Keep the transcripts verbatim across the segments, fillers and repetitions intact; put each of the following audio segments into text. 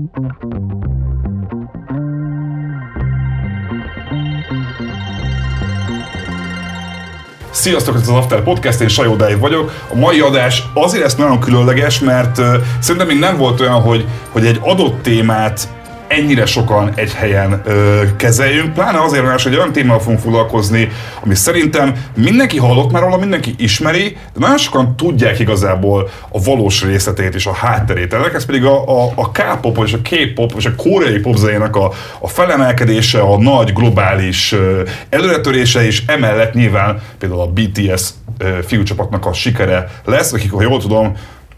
Sziasztok, ez az After Podcast, én Sajó Dave vagyok. A mai adás azért lesz nagyon különleges, mert uh, szerintem még nem volt olyan, hogy, hogy egy adott témát ennyire sokan egy helyen ö, kezeljünk, pláne azért, mert hogy olyan témával fogunk foglalkozni, ami szerintem mindenki hallott már róla, mindenki ismeri, de nagyon sokan tudják igazából a valós részletét és a hátterét. Ennek ez pedig a, a, a K-pop, és a K-pop, és a koreai popzenének a, a felemelkedése, a nagy globális ö, előretörése, és emellett nyilván például a bé té es ö, fiúcsapatnak a sikere lesz, akik, ha jól tudom,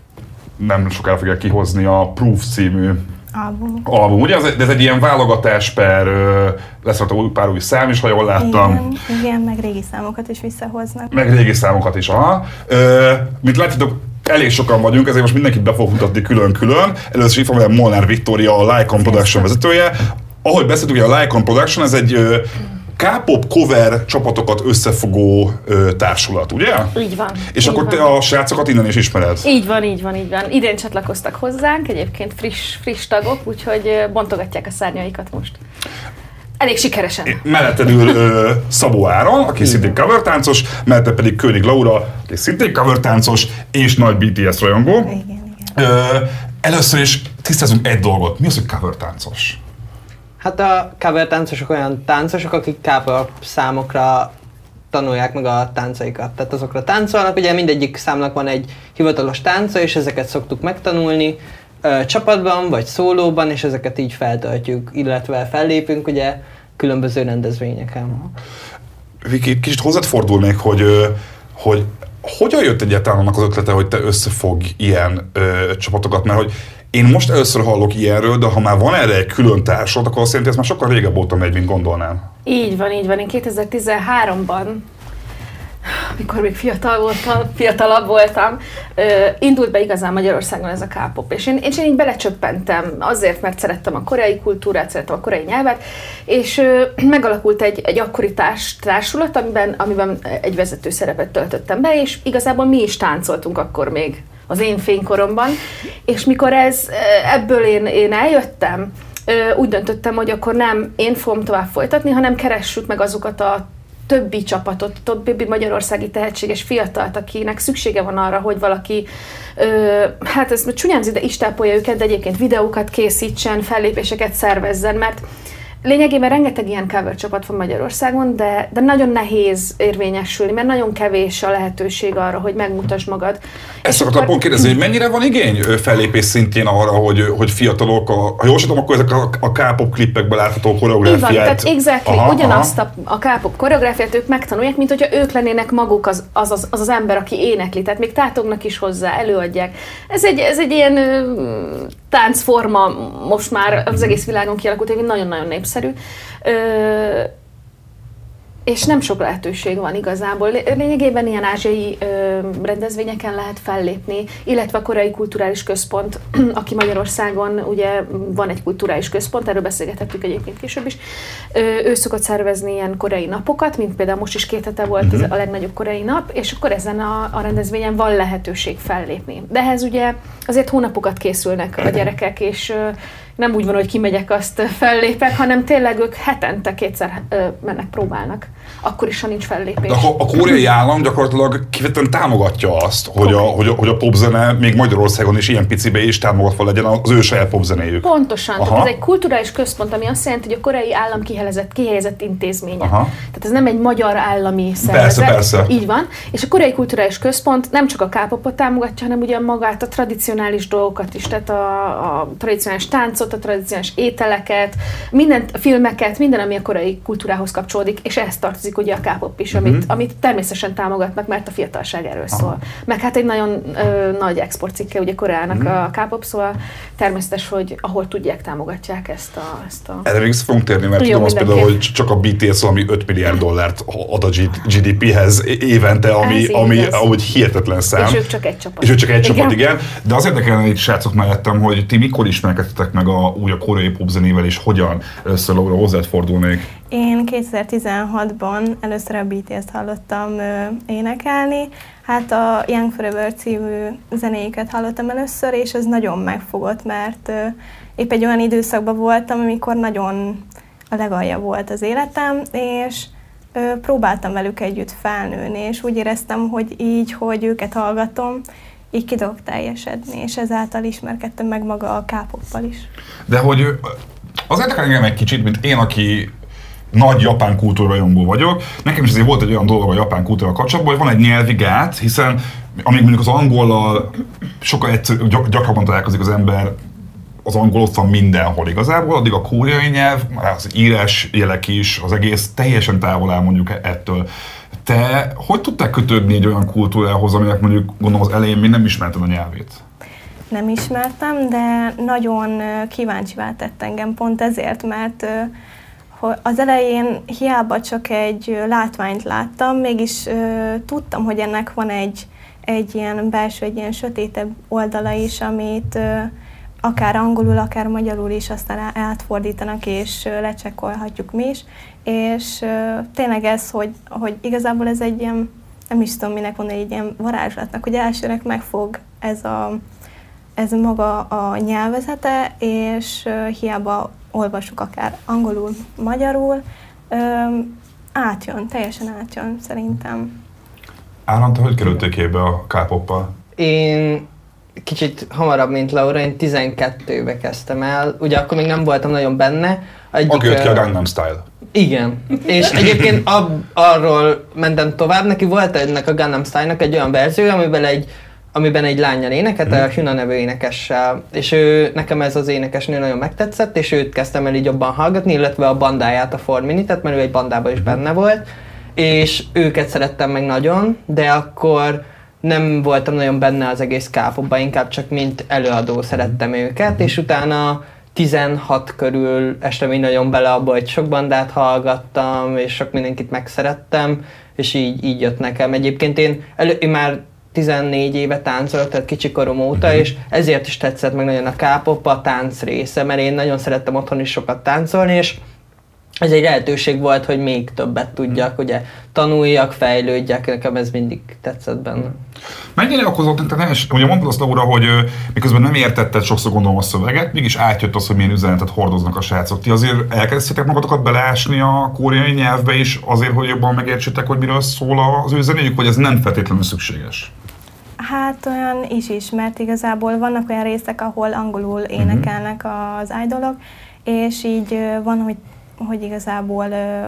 nem sokára fogják kihozni a Proof című album. album. Ugye ez, ez egy ilyen válogatás per, lesz ott pár új szám is, ha jól láttam. Igen, igen, meg régi számokat is visszahoznak. Meg régi számokat is, aha. Ö, mint látjátok, elég sokan vagyunk, ezért most mindenkit be fogok mutatni külön-külön. Először is itt van velem Molnár Viktória, a Lycon Production vezetője. Ahogy beszéltük, hogy a Lycon Production, ez egy ö, K-pop cover csapatokat összefogó ö, társulat, ugye? Így van. És így akkor van. te a srácokat innen is ismered? Így van, így van, így van. Idén csatlakoztak hozzánk, egyébként friss, friss tagok, úgyhogy bontogatják a szárnyaikat most. Elég sikeresen. Melletted ül ö, Szabó Áron, aki szintén cover táncos, mellette pedig König Laura, aki szintén cover táncos, és nagy bé té es rajongó. Igen, igen. Ö, először is tisztázunk egy dolgot. Mi az, hogy cover táncos? Hát a cover táncosok olyan táncosok, akik K-pop számokra tanulják meg a táncaikat. Tehát azokra táncolnak, ugye mindegyik számnak van egy hivatalos tánca, és ezeket szoktuk megtanulni ö, csapatban, vagy szólóban, és ezeket így feltöltjük, illetve fellépünk ugye különböző rendezvényeken. Viki, kicsit hozzád fordul még, hogy, hogy hogyan jött egyáltalán annak az ötlete, hogy te összefog ilyen ö, csapatokat, mert hogy én most először hallok ilyenről, de ha már van erre egy külön társad, akkor azt jelenti, ez már sokkal régebb óta megy, mint gondolnám. Így van, így van. Én kétezer-tizenháromban, amikor még fiatal voltam, fiatalabb voltam, indult be igazán Magyarországon ez a K-pop. És én, és én így belecsöppentem azért, mert szerettem a koreai kultúrát, szerettem a koreai nyelvet, és megalakult egy, egy akkori társ, társulat, amiben, amiben egy vezető szerepet töltöttem be, és igazából mi is táncoltunk akkor még az én fénykoromban, és mikor ez, ebből én, én eljöttem, úgy döntöttem, hogy akkor nem én fogom tovább folytatni, hanem keressük meg azokat a többi csapatot, többi magyarországi tehetséges fiatalt, akinek szüksége van arra, hogy valaki, ö, hát ez csúnyán de is tápolja őket, de egyébként videókat készítsen, fellépéseket szervezzen, mert lényegében rengeteg ilyen cover csapat van Magyarországon, de, de nagyon nehéz érvényesülni, mert nagyon kevés a lehetőség arra, hogy megmutasd magad. Ezt akartam pont kérdezni, hogy mennyire van igény fellépés szintjén arra, hogy, hogy fiatalok, a, ha jól tudom, akkor ezek a, a K-pop klippekben látható koreográfiát. Így van, tehát exactly, aha, ugyanazt aha. a, a K-pop koreográfiát ők megtanulják, mint hogyha ők lennének maguk az az, az, az az ember, aki énekli, tehát még tátognak is hozzá, előadják. Ez egy, ez egy ilyen ö, táncforma most már az egész világon kialakult, egy nagyon-nagyon népszerű. Ö, és nem sok lehetőség van igazából. Lényegében ilyen ázsiai ö, rendezvényeken lehet fellépni, illetve a Koreai Kulturális Központ, aki Magyarországon, ugye van egy kulturális központ, erről beszélgethettük egyébként később is, ö, ő szokott szervezni ilyen koreai napokat, mint például most is két hete volt uh-huh. a legnagyobb koreai nap, és akkor ezen a, a rendezvényen van lehetőség fellépni. De ehhez ugye azért hónapokat készülnek a gyerekek, és ö, nem úgy van, hogy kimegyek, azt fellépek, hanem tényleg ők hetente kétszer ö, mennek, próbálnak. Akkor is, ha nincs fellépés. De a, a koreai állam gyakorlatilag kifejezetten támogatja azt, hogy a, hogy, a, hogy a popzene még Magyarországon is ilyen picibe is támogatva legyen az ő saját popzenéjük. Pontosan. Aha. Tehát ez egy kulturális központ, ami azt jelenti, hogy a koreai állam kihelyezett, kihelyezett intézménye. Aha. Tehát ez nem egy magyar állami szervezet. Persze, persze. Így van. És a Koreai Kulturális Központ nem csak a K-popot támogatja, hanem ugye magát a tradicionális dolgokat is, tehát a, a tradicionális táncot, a tradicionális ételeket, mindent, filmeket, minden, ami a koreai kultúrához kapcsolódik, és ehhez tartozik ugye a K-pop is, amit, uh-huh. amit természetesen támogatnak, mert a fiatalság erről szól. Aha. Meg hát egy nagyon ö, nagy exportcikke ugye Koreának uh-huh. a K-pop, szóval természetes, hogy ahol tudják, támogatják ezt a... Ezt a... Erre még vissza fogunk térni, mert jó, tudom azt például, hogy csak a bé té es valami öt milliárd dollárt ad a gé dé péhez évente, ami, ami ahogy hihetetlen szám. És ők csak egy csapat. És ők csak egy igen. csapat, igen. De az érdekelne itt, srácok, mellettem, hogy ti mikor ismerkedtetek meg a, a, úgy a koreai popzenével, és hogyan? Először Laura, hozzád fordulnék. Én kétezer-tizenhatban először a bé té es-t hallottam ö, énekelni. Hát a Young Forever című zenéjüket hallottam először, és ez nagyon megfogott, mert ö, épp egy olyan időszakban voltam, amikor nagyon a legalja volt az életem, és ö, próbáltam velük együtt felnőni, és úgy éreztem, hogy így, hogy őket hallgatom, így ki tudok teljesedni, és ezáltal ismerkedtem meg maga a K-poppal is. De hogy az érdekel engem egy kicsit, mint én, aki nagy japán kultúra rajongó vagyok, nekem is azért volt egy olyan dolog a japán kultúra kapcsolatban, hogy van egy nyelvi gát, hiszen amíg mondjuk az angollal sokkal egyszer, gyakrabban találkozik az ember, az angol ott van mindenhol igazából, addig a koreai nyelv, az írás jelek is, az egész teljesen távol áll mondjuk ettől. Te hogy tudtál kötődni egy olyan kultúrához, aminek mondjuk gondolom az elején még nem ismerted a nyelvét? Nem ismertem, de nagyon kíváncsivá tett engem pont ezért, mert az elején hiába csak egy látványt láttam, mégis tudtam, hogy ennek van egy, egy ilyen belső, egy ilyen sötétebb oldala is, amit akár angolul, akár magyarul is aztán átfordítanak, és lecsekkolhatjuk mi is. És tényleg ez, hogy, hogy igazából ez egy ilyen, nem is tudom minek mondani, egy ilyen varázslatnak, hogy elsőnek megfog ez, a, ez maga a nyelvezete, és hiába olvasok akár angolul, magyarul, átjön, teljesen átjön szerintem. Áron, te hogy kerültél képbe a K-poppal? Én kicsit hamarabb, mint Laura, én tizenkettőbe kezdtem el, ugye akkor még nem voltam nagyon benne. Egyik, Aki jött ki a Gangnam Style. Igen, és egyébként ab, arról mentem tovább, neki volt ennek a Gangnam Style-nak egy olyan verzió, amiben egy, amiben egy lánnyal énekelt, a Hyuna nevű énekessel, és ő, nekem ez az énekesnő nagyon megtetszett, és őt kezdtem el így jobban hallgatni, illetve a bandáját, a four Minute-et, mert ő egy bandában is benne volt, és őket szerettem meg nagyon, de akkor nem voltam nagyon benne az egész K-popban, inkább csak mint előadó szerettem őket, és utána tizenhat körül estem így nagyon bele abba, hogy sok bandát hallgattam, és sok mindenkit megszerettem, és így, így jött nekem. Egyébként én, elő, én már tizennégy éve táncolok, tehát kicsikorom óta, és ezért is tetszett meg nagyon a K-pop, a tánc része, mert én nagyon szerettem otthon is sokat táncolni, és ez egy lehetőség volt, hogy még többet tudjak, ugye tanuljak, fejlődjek, nekem ez mindig tetszett benne. Mennyire okozott nektek nehes? Ugye mondtad azt, Laura, hogy miközben nem értetted sokszor gondolom a szöveget, mégis átjött az, hogy milyen üzenetet hordoznak a srácok. Ti azért elkezdtétek magatokat beleásni a koreai nyelvbe is azért, hogy jobban megértsétek, hogy miről szól az ő zenéjük, vagy ez nem feltétlenül szükséges? Hát olyan is is, mert igazából vannak olyan részek, ahol angolul énekelnek az idolok, és így van, hogy hogy igazából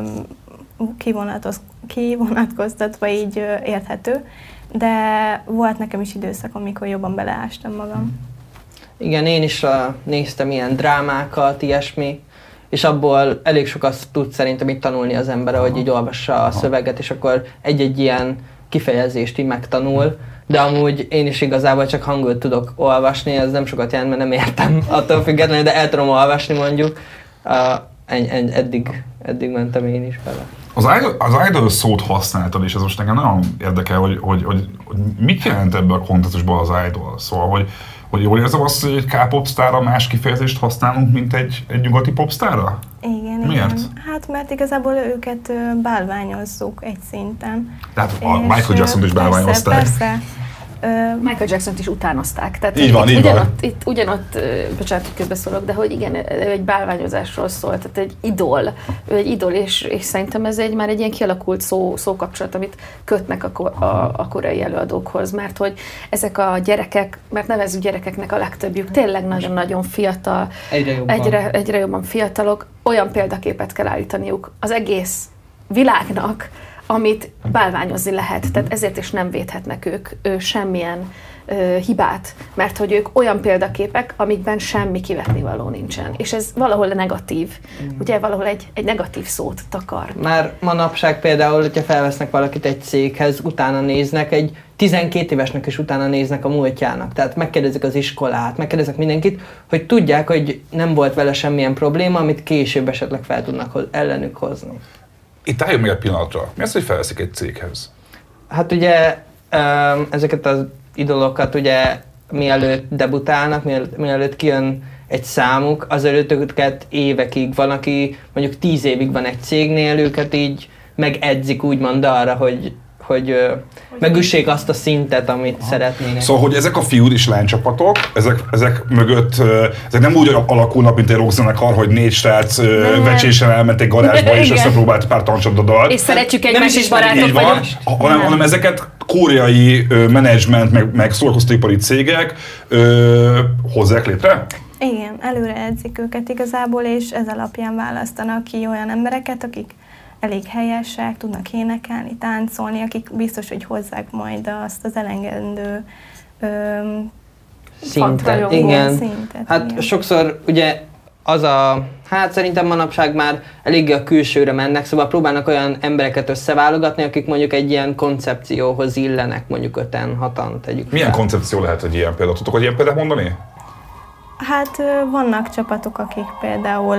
kivonatkoztatva így érthető, de volt nekem is időszak, amikor jobban beleástam magam. Igen, én is uh, néztem ilyen drámákat, ilyesmi, és abból elég sokat tud szerintem így tanulni az ember, hogy így olvassa a szöveget, és akkor egy-egy ilyen kifejezést így megtanul, de amúgy én is igazából csak hangul tudok olvasni, ez nem sokat jelent, mert nem értem attól függetlenül, de el tudom olvasni mondjuk. Uh, En, en, eddig, eddig mentem én is vele. Az idol, az idol szót használtad, és ez most nekem nagyon érdekel, hogy, hogy, hogy, hogy mit jelent ebben a kontextusban az idol. Szóval, hogy, hogy jól érzem azt, hogy egy K-pop sztárra más kifejezést használunk, mint egy, egy nyugati popsztárra? Igen, Miért? igen. Hát mert igazából őket bálványozzuk egy szinten. Tehát a Michael Jackson-t is bálványozták. Persze, persze. Michael Jackson-t is utánozták. Tehát így van, itt, így ugyanott, van. Itt ugyanott, bocsánat, hogy közbeszólok, de hogy igen, egy bálványozásról szól, tehát egy idol, ő egy idol, és, és szerintem ez egy, már egy ilyen kialakult szó, szókapcsolat, amit kötnek a, a, a koreai előadókhoz, mert hogy ezek a gyerekek, mert nevezzük gyerekeknek a legtöbbjük, tényleg nagyon-nagyon fiatal, egyre jobban. Egyre, egyre jobban fiatalok, olyan példaképet kell állítaniuk az egész világnak, amit bálványozni lehet, tehát ezért is nem védhetnek ők ő, semmilyen ö, hibát, mert hogy ők olyan példaképek, amikben semmi kivetnivaló nincsen. És ez valahol negatív, mm. ugye valahol egy, egy negatív szót takar. Már manapság például, hogyha felvesznek valakit egy céghez, utána néznek, egy tizenkét évesnek is utána néznek a múltjának. Tehát megkérdezik az iskolát, megkérdezik mindenkit, hogy tudják, hogy nem volt vele semmilyen probléma, amit később esetleg fel tudnak ellenük hozni. Itt álljunk meg egy pillanatra. Mi az, hogy felveszik egy céghez? Hát ugye ezeket az idolokat ugye mielőtt debutálnak, mielőtt kijön egy számuk, azelőtt őket évekig van, aki mondjuk tíz évig van egy cégnél, őket így megedzik úgymond arra, hogy hogy megüssék azt a szintet, amit Aha. szeretnének. Szóval, hogy ezek a fiú és lánycsapatok, ezek, ezek mögött, ezek nem úgy alakulnak, mint egy rockzenekar, hogy négy srác vecsésen elment egy garázsba, és összepróbált pár tankcsapdadalt. És szeretjük egymást, és barátok vagyunk. Hanem, hanem ezeket koreai menedzsment, meg, meg szórakoztatóipari cégek ö, hozzák létre? Igen, előre edzik őket igazából, és ez alapján választanak ki olyan embereket, akik elég helyesek, tudnak énekelni, táncolni, akik biztos, hogy hozzák majd azt az elengedő öm, szintet. Igen. szintet. Hát igen. sokszor ugye az a, hát szerintem manapság már eléggé a külsőre mennek, szóval próbálnak olyan embereket összeválogatni, akik mondjuk egy ilyen koncepcióhoz illenek, mondjuk öten, hatan tegyük. Milyen fel. koncepció lehet egy ilyen példa? Tudtok, hogy ilyen példát mondani? Hát vannak csapatok, akik például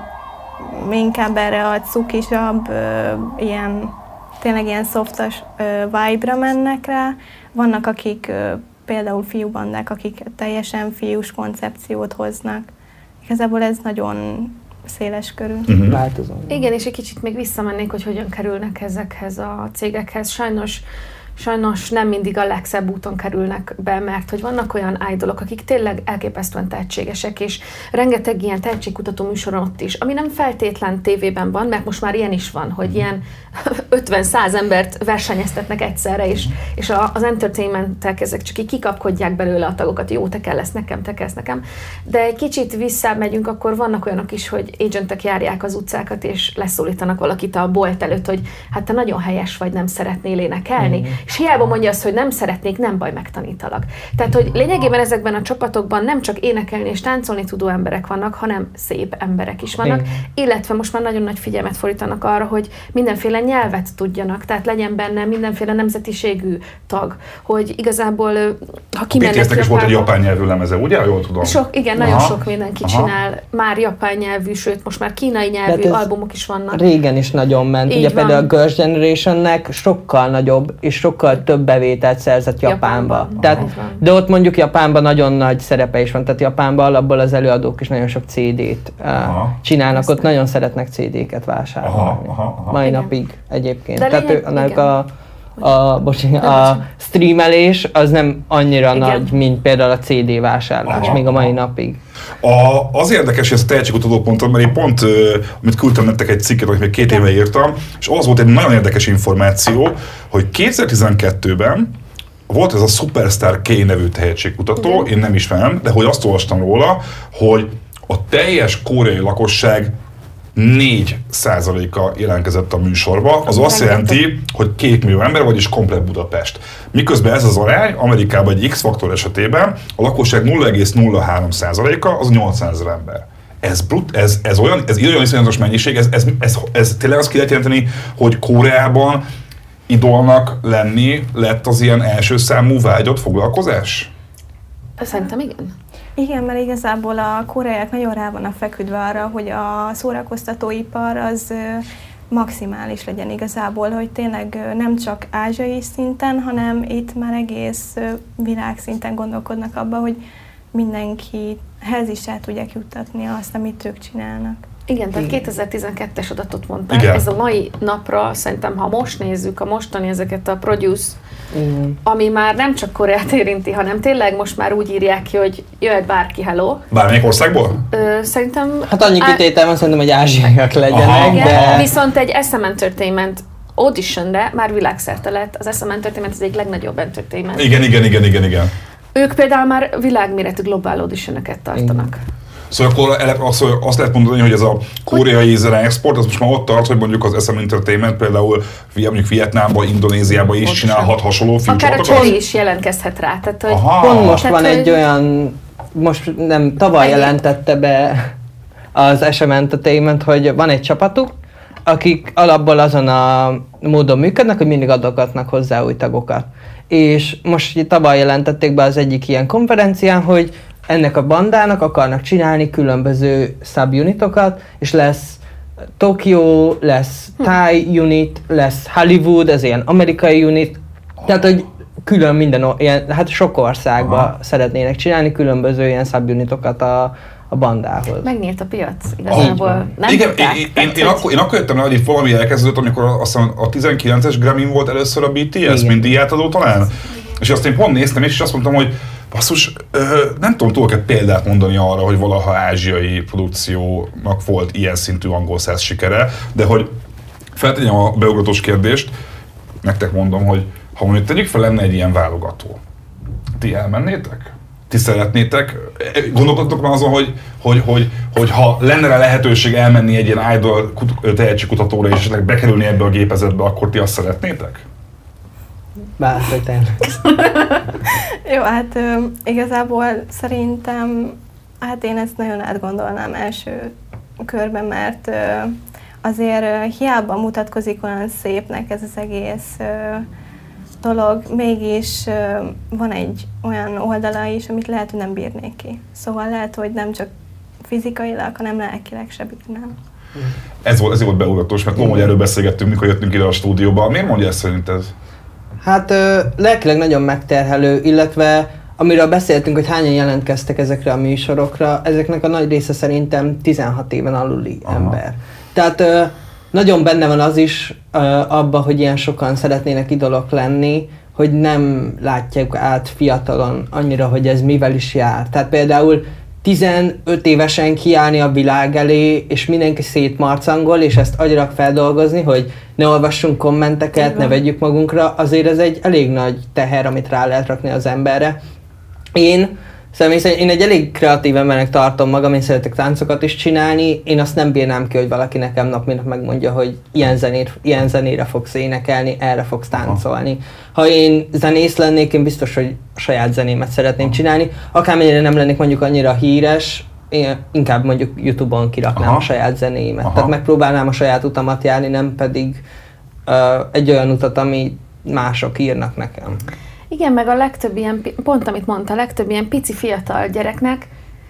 inkább erre a cukisabb, ilyen, tényleg ilyen softas vibe-ra mennek rá. Vannak, akik például fiúbandák, akik teljesen fiús koncepciót hoznak. Igazából ez nagyon széles körül. Uh-huh. Változó. Igen, és egy kicsit még visszamennék, hogy hogyan kerülnek ezekhez a cégekhez. Sajnos Sajnos nem mindig a legszebb úton kerülnek be, mert hogy vannak olyan idolok, akik tényleg elképesztően tehetségesek, és rengeteg ilyen tehetségkutató műsoron ott is, ami nem feltétlen tévében van, mert most már ilyen is van, hogy ilyen ötven-száz embert versenyeztetnek egyszerre, és, és a, az entertainmentek ezek csak így kikapkodják belőle a tagokat, jó, te kell lesz nekem, te kell lesz nekem. De egy kicsit visszámegyünk, akkor vannak olyanok is, hogy agentek járják az utcákat, és leszólítanak valakit a bolt előtt, hogy hát te nagyon helyes vagy, nem szeretnél énekelni. Mm. És hiába mondja azt, hogy nem szeretnék, nem baj, megtanítalak. Tehát, hogy lényegében ezekben a csapatokban nem csak énekelni és táncolni tudó emberek vannak, hanem szép emberek is vannak, Igen. illetve most már nagyon nagy figyelmet fordítanak arra, hogy mindenféle nyelvet tudjanak, tehát legyen benne mindenféle nemzetiségű tag, hogy igazából, ha kimennek bé té es-nek is volt egy japán nyelvű lemeze, ugye? Jól tudom. Sok, igen, Aha. nagyon sok mindenki Aha. csinál már japán nyelvű, sőt, most már kínai nyelvű albumok is vannak. Régen is nagyon ment. Így ugye van. Például a Girls' Generation-nek sokkal nagyobb és sokkal több bevételt szerzett Japánba. Japánban. Tehát, de ott mondjuk Japánban nagyon nagy szerepe is van, tehát Japánban alapból az előadók is nagyon sok cé dét uh, csinálnak, Ezt ott nagyon szeretnek cé déket vásárolni. Aha, aha, aha. Mai igen. napig egyébként. De tehát lényeg, ő, a, a, bocsi, a streamelés az nem annyira igen. nagy, mint például a cé dé vásárlás, aha, még a mai aha. napig. A, az érdekes, hogy ez a tehetségkutató ponton, mert én pont, amit küldtem nektek egy cikket, amit még két éve írtam, és az volt egy nagyon érdekes információ, hogy kétezer-tizenkettőben volt ez a Superstar K nevű tehetségkutató, igen. én nem ismerem, de hogy azt olvastam róla, hogy a teljes koreai lakosság négy százaléka jelentkezett a műsorba, az azt jelenti, hogy két millió ember, vagyis komplet Budapest. Miközben ez az arány Amerikában egy X-faktor esetében a lakosság nulla egész nulla három százaléka, az nyolcszázezer ember. Ez, brut, ez, ez olyan, ez olyan iszonyatos mennyiség, ez, ez, ez, ez tényleg azt ki lehet jelenteni, hogy Koreában idolnak lenni lett az ilyen első számú vágyott foglalkozás? Szerintem igen. Igen, mert igazából a koreaiak nagyon rá vannak feküdve arra, hogy a szórakoztatóipar az maximális legyen igazából, hogy tényleg nem csak ázsiai szinten, hanem itt már egész világszinten gondolkodnak abban, hogy mindenkihez is el tudják juttatni azt, amit ők csinálnak. Igen, tehát kétezer-tizenkettes adatot mondták. Igen. Ez a mai napra szerintem, ha most nézzük, a mostani ezeket a Produce, igen. ami már nem csak Koreát érinti, hanem tényleg most már úgy írják ki, hogy jöhet bárki, hello. Bármelyik országból? Ö, szerintem... Hát annyi kitétel van, szerintem, hogy ázsiaiak legyenek, aha, de... Igen, viszont egy es em Entertainment audition-de már világszerte lett. Az es em Entertainment az egyik legnagyobb entertainment. Igen, igen, igen, igen, igen. Ők például már világméretű globál audition-öket tartanak. Igen. Szóval akkor azt lehet mondani, hogy ez a koreai zene export, az most már ott tart, hogy mondjuk az es em Entertainment például mondjuk Vietnámban, Indonéziában is csinálhat hasonló filmcsapatokat? Akár a Cherry is jelentkezhet rá. Tehát, hogy pont most tehát, van egy hogy... olyan, most nem, tavaly ennyi. jelentette be az es em Entertainment, hogy van egy csapatuk, akik alapból azon a módon működnek, hogy mindig adogatnak hozzá új tagokat. És most tavaly jelentették be az egyik ilyen konferencián, hogy ennek a bandának akarnak csinálni különböző subunitokat, és lesz Tokyo, lesz Thai unit, lesz Hollywood, ez ilyen amerikai unit. Tehát, hogy külön minden, ilyen, hát sok országban Aha. szeretnének csinálni különböző ilyen subunitokat a, a bandához. Megnyílt a piac igazából. Nem Igen, tudták, én, én, tehát, én, akkor, én akkor jöttem rá, hogy itt valami elkezdődött, amikor azt hiszem a tizenkilences Grammy volt először a bé té es, mint díjátadó talán. És azt én pont néztem, és azt mondtam, hogy basszus, nem tudom, tudok-e példát mondani arra, hogy valaha ázsiai produkciónak volt ilyen szintű angol száz sikere, de hogy feltegyem a beugratós kérdést, nektek mondom, hogy ha mondjuk tegyük fel, lenne egy ilyen válogató, ti elmennétek? Ti szeretnétek? Gondolkodtok már azon, hogy, hogy, hogy, hogy ha lenne rá lehetőség elmenni egy ilyen idol tehetségkutatóra és esetleg bekerülni ebbe a gépezetbe, akkor ti azt szeretnétek? Bár, hogy tényleg. Jó, hát ö, igazából szerintem, hát én ezt nagyon átgondolnám első körben, mert ö, azért ö, hiába mutatkozik olyan szépnek ez az egész ö, dolog, mégis ö, van egy olyan oldala is, amit lehet, hogy nem bírnék ki. Szóval lehet, hogy nem csak fizikailag, hanem lelkileg se bírnám. Ez volt, ez volt beugratós, mert tudom, hogy erről beszélgettünk, mikor jöttünk ide a stúdióba. Miért mondja ezt szerinted? Hát ö, lelkileg nagyon megterhelő, illetve amiről beszéltünk, hogy hányan jelentkeztek ezekre a műsorokra, ezeknek a nagy része szerintem tizenhat éven aluli Aha. ember. Tehát ö, nagyon benne van az is ö, abban, hogy ilyen sokan szeretnének idolok lenni, hogy nem látják át fiatalon annyira, hogy ez mivel is jár. Tehát például tizenöt évesen kiállni a világ elé, és mindenki szétmarcangol, és ezt agyilag feldolgozni, hogy ne olvassunk kommenteket, Igen. ne vegyük magunkra, azért ez egy elég nagy teher, amit rá lehet rakni az emberre. Én személy szerint, én egy elég kreatív embernek tartom magam, én szeretek táncokat is csinálni, én azt nem bírnám ki, hogy valaki nekem nap mint nap megmondja, hogy ilyen, zenét, ilyen zenére fogsz énekelni, erre fogsz táncolni. Ha én zenész lennék, én biztos, hogy a saját zenémet szeretném csinálni, akármennyire nem lennék mondjuk annyira híres, én inkább mondjuk YouTube-on kiraknám Aha. a saját zenéimet. Aha. Tehát megpróbálnám a saját utamat járni, nem pedig uh, egy olyan utat, ami mások írnak nekem. Igen, meg a legtöbb ilyen, pont amit mondta, a legtöbb ilyen pici fiatal gyereknek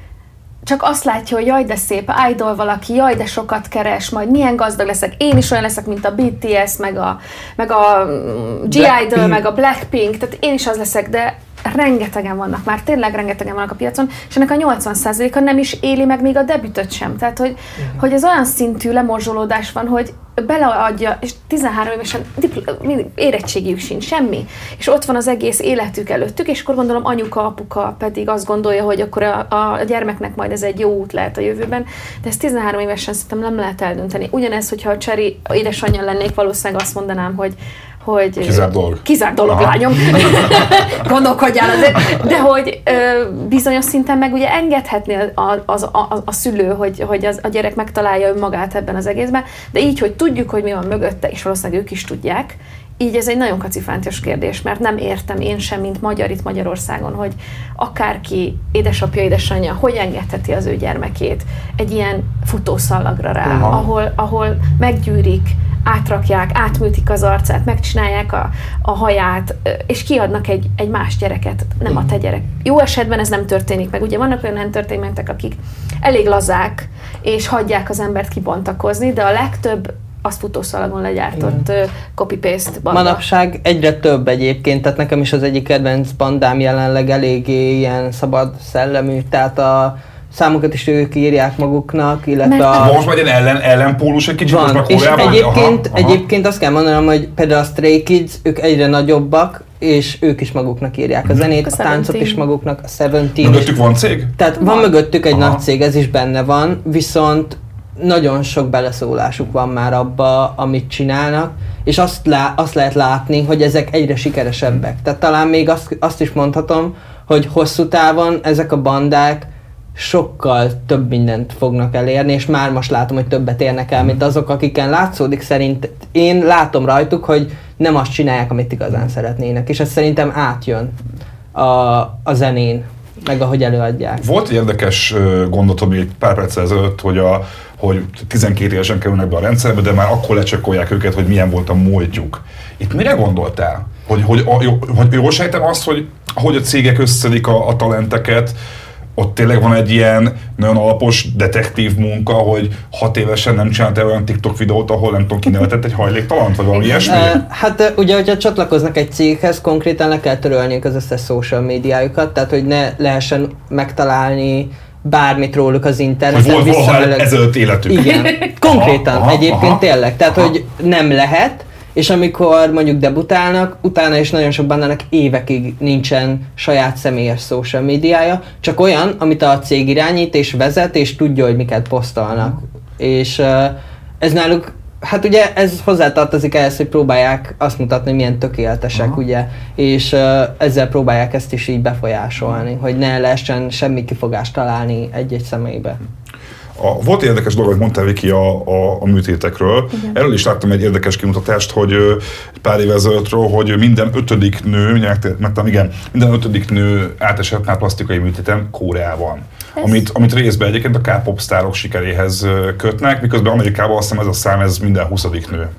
csak azt látja, hogy jaj, de szép, idol valaki, jaj, de sokat keres, majd milyen gazdag leszek, én is olyan leszek, mint a bé té es, meg a, meg a G-Idol, meg a Blackpink, tehát én is az leszek, de rengetegen vannak, már tényleg rengetegen vannak a piacon, és ennek a nyolcvan százaléka nem is éli meg még a debütöt sem. Tehát, hogy, hogy ez olyan szintű lemorzsolódás van, hogy beleadja, és tizenhárom évesen dipl- érettségiük sincs, semmi. És ott van az egész életük előttük, és akkor gondolom anyuka, apuka pedig azt gondolja, hogy akkor a, a gyermeknek majd ez egy jó út lehet a jövőben, de ezt tizenhárom évesen szerintem nem lehet eldönteni. Ugyanez, hogyha a Cseri édesanyja lennék, valószínűleg azt mondanám, hogy hogy kizárt dolog. Kizárt dolog, Aha. lányom. Gondolkodjál azért. De hogy ö, bizonyos szinten meg ugye engedhetné a, az, a, a szülő, hogy, hogy az, a gyerek megtalálja önmagát ebben az egészben, de így, hogy tudjuk, hogy mi van mögötte, és valószínűleg ők is tudják, így ez egy nagyon kacifántos kérdés, mert nem értem én sem, mint magyar itt Magyarországon, hogy akárki, édesapja, édesanyja, hogy engedheti az ő gyermekét egy ilyen futószallagra rá, Aha. ahol, ahol meggyűrik, átrakják, átműtik az arcát, megcsinálják a, a haját, és kiadnak egy, egy más gyereket, nem a te gyerek. Jó esetben ez nem történik meg. Ugye vannak olyan entertainmentek, akik elég lazák, és hagyják az embert kibontakozni, de a legtöbb az futószalagon legyártott uh, copy-paste banda. Manapság egyre több egyébként, tehát nekem is az egyik kedvenc bandám jelenleg eléggé ilyen szabad szellemű, tehát a számokat is ők írják maguknak, illetve a... Most majd egy ellen, ellenpólus egy kicsit van, most és egyébként, aha, aha. egyébként azt kell mondanom, hogy például a Stray Kids, ők egyre nagyobbak, és ők is maguknak írják a zenét, a, a táncot is maguknak, a Seventeen. Mögöttük van cég? Tehát van, van mögöttük egy aha. nagy cég, ez is benne van, viszont nagyon sok beleszólásuk van már abba, amit csinálnak, és azt, lá, azt lehet látni, hogy ezek egyre sikeresebbek. Tehát talán még azt, azt is mondhatom, hogy hosszú távon ezek a bandák sokkal több mindent fognak elérni, és már most látom, hogy többet érnek el, mint azok, akiken látszódik. Szerint én látom rajtuk, hogy nem azt csinálják, amit igazán szeretnének, és ez szerintem átjön a, a zenén, meg ahogy előadják. Volt egy érdekes gondolatom még egy pár perccel ezelőtt, hogy, a, hogy tizenkét évesen kerülnek be a rendszerbe, de már akkor lecsekkolják őket, hogy milyen volt a múltjuk. Itt mire gondoltál? Hogy, hogy, hogy, hogy jól sejtem azt, hogy, hogy a cégek összedik a, a talenteket, ott tényleg van egy ilyen nagyon alapos detektív munka, hogy hat évesen nem csináltál olyan TikTok videót, ahol nem tudom, kinevetett egy hajléktalant, vagy valami ilyesmi? Hát ugye, hogyha csatlakoznak egy céghez, konkrétan le kell törölniük az összes social médiájukat, tehát hogy ne lehessen megtalálni bármit róluk az interneten. Hogy valaha ezelőtt életük. Igen, konkrétan aha, aha, egyébként aha, tényleg. Tehát, aha. hogy nem lehet, és amikor mondjuk debutálnak, utána is nagyon sok bennenek évekig nincsen saját személyes social médiája, csak olyan, amit a cég irányít és vezet, és tudja, hogy miket posztolnak. Uh-huh. És uh, ez náluk, hát ugye ez hozzátartozik ehhez, hogy próbálják azt mutatni, hogy milyen tökéletesek, uh-huh. ugye, és uh, ezzel próbálják ezt is így befolyásolni, uh-huh. hogy ne lehessen semmi kifogást találni egy-egy személybe. A, volt egy érdekes dolog, hogy mondtál, Viki, a, a, a műtétekről. Igen. Erről is láttam egy érdekes kimutatást, hogy egy pár évvel ezelőttről, hogy minden ötödik nő, mert igen, minden ötödik nő átesett már plastikai műtéten Koreában. Amit, amit részben egyébként a K-pop sztárok sikeréhez kötnek, miközben Amerikában azt hiszem ez a szám, ez minden huszadik nő.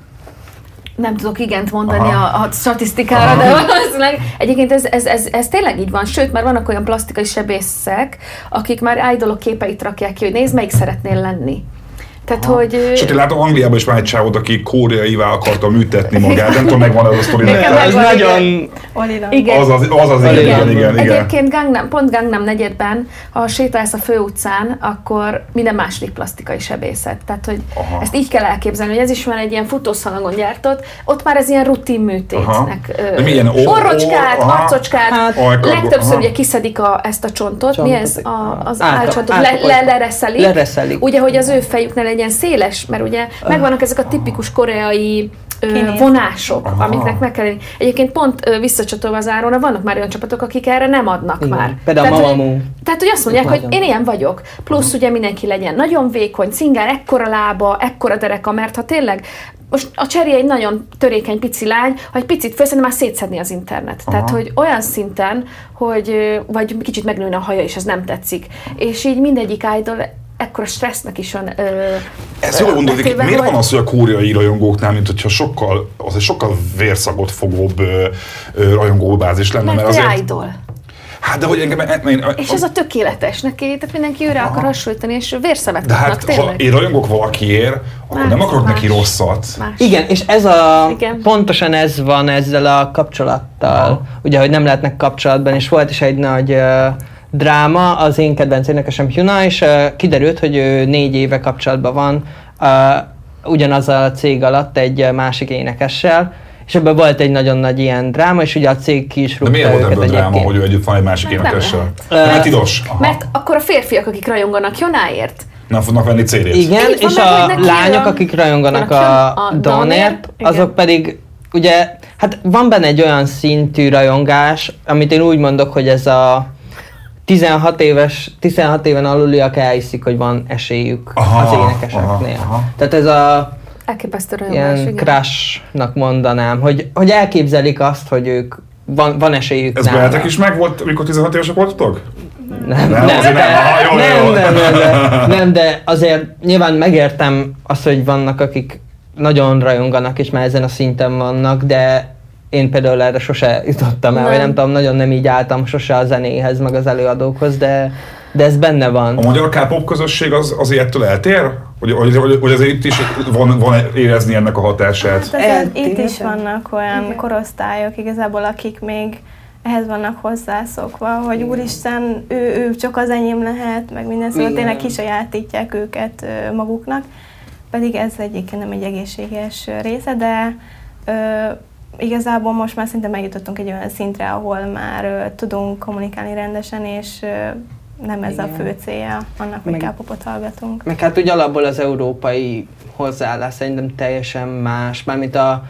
Nem tudok igent mondani a, a statisztikára, aha. de valószínűleg egyébként ez, ez, ez, ez tényleg így van, sőt, már vannak olyan plastikai sebészek, akik már idolok képeit rakják ki, hogy nézd, melyik szeretnél lenni. Tehát, hogy... Sőt, én látom, Angliában is van egy csávot, aki koreaivá akarta műtetni magát, nem tudom, megvan ez a sztori. Ez nagyon... Igen. Az az, az, az igen, igen, igen, igen. Egyébként Gangnam, pont Gangnam negyedben, ha sétálsz a főutcán, akkor minden második plastikai sebészet. Tehát, hogy aha. ezt így kell elképzelni, hogy ez is van egy ilyen futószalagon gyártott, ott már ez ilyen rutin műtétnek. Orrocskát, arcocskát, hát, legtöbbször ugye kiszedik a, ezt a csontot, csontot. Mi ez? A, az álcsontot, le, le, lereszelik. lereszelik. Ugye, hogy az ő fejüknél legyen széles, mert ugye megvannak ezek a tipikus koreai ö, vonások, aha. amiknek meg kell lenni. Egyébként pont ö, visszacsatolva az Áronra, vannak már olyan csapatok, akik erre nem adnak igen. már. Például tehát, Mamamoo. Hogy, tehát, hogy azt mondják, hogy én ilyen vagyok. Plusz uh-huh. ugye mindenki legyen nagyon vékony, cingár, ekkora lába, ekkora dereka, mert ha tényleg most a Cherry egy nagyon törékeny pici lány, ha egy picit föl, szerintem már szétszedni az internet. Aha. Tehát, hogy olyan szinten, hogy vagy kicsit megnőne a haja, és ez nem tetszik. És így mindegyik idol ekkora stressznek is van. Ö, Ez jól gondolod, miért van az, hogy a koreai rajongóknál, mint hogyha sokkal, az egy sokkal vérszagot fogóbb ö, ö, rajongóbázis lenne? Mert, mert azért... idol. Hát, de hogy engem... Én, és ez a tökéletes neki, tehát mindenki őre akar hasonlítani, és vérszemet de kapnak, hát, tényleg. ha én rajongok valakiért, akkor más, nem akarok más, neki rosszat. Más. Igen, és ez a... Igen. Pontosan ez van ezzel a kapcsolattal. Aha. Ugye, hogy nem lehetnek kapcsolatban, és volt is egy nagy uh, dráma, az én kedvenc énekesem Hyuna, és uh, kiderült, hogy ő négy éve kapcsolatban van uh, ugyanaz a cég alatt egy uh, másik énekessel, és ebben volt egy nagyon nagy ilyen dráma, és ugye a cég ki is rúgta őket egyébként. De miért volt ebből dráma, hogy ő együtt van egy másik énekessel? Mert tilos. Aha. Mert akkor a férfiak, akik rajonganak Hyunáért, nem fognak venni cérét. Igen, és a lányok, akik rajonganak a, a Dawnért, azok pedig, ugye, hát van benne egy olyan szintű rajongás, amit én úgy mondok, hogy ez a tizenhat éves, tizenhat éven aluliak elhiszik, hogy van esélyük aha, az énekeseknél. Aha, aha. Tehát ez a elképesztő rajongás, ilyen crushnak mondanám, hogy, hogy elképzelik azt, hogy ők van, van esélyük ez veletek is meg volt, amikor tizenhat évesek voltatok? Nem, nem, nem, nem, nem, aha, jó, nem, jó. nem, nem, nem, nem, de azért nyilván megértem azt, hogy vannak, akik nagyon rajonganak, és már ezen a szinten vannak, de én például erre sose jutottam el, vagy nem tudom, nagyon nem így álltam sose a zenéhez, meg az előadókhoz, de, de ez benne van. A magyar K-pop közösség az, az ilyettől eltér? Hogy, hogy, hogy, hogy azért itt is van, van érezni ennek a hatását? Hát azért itt is vannak olyan igen. korosztályok igazából, akik még ehhez vannak hozzászokva, hogy igen. úristen, ő, ő csak az enyém lehet, meg minden, szóval igen. tényleg kisajátítják őket maguknak, pedig ez egyébként nem egy egészséges része, de ö, igazából most már szinte megjutottunk egy olyan szintre, ahol már ö, tudunk kommunikálni rendesen, és ö, nem ez igen. a fő célja annak, hogy K-popot hallgatunk. Meg hát ugye alapból az európai hozzáállás szerintem teljesen más, mármint a,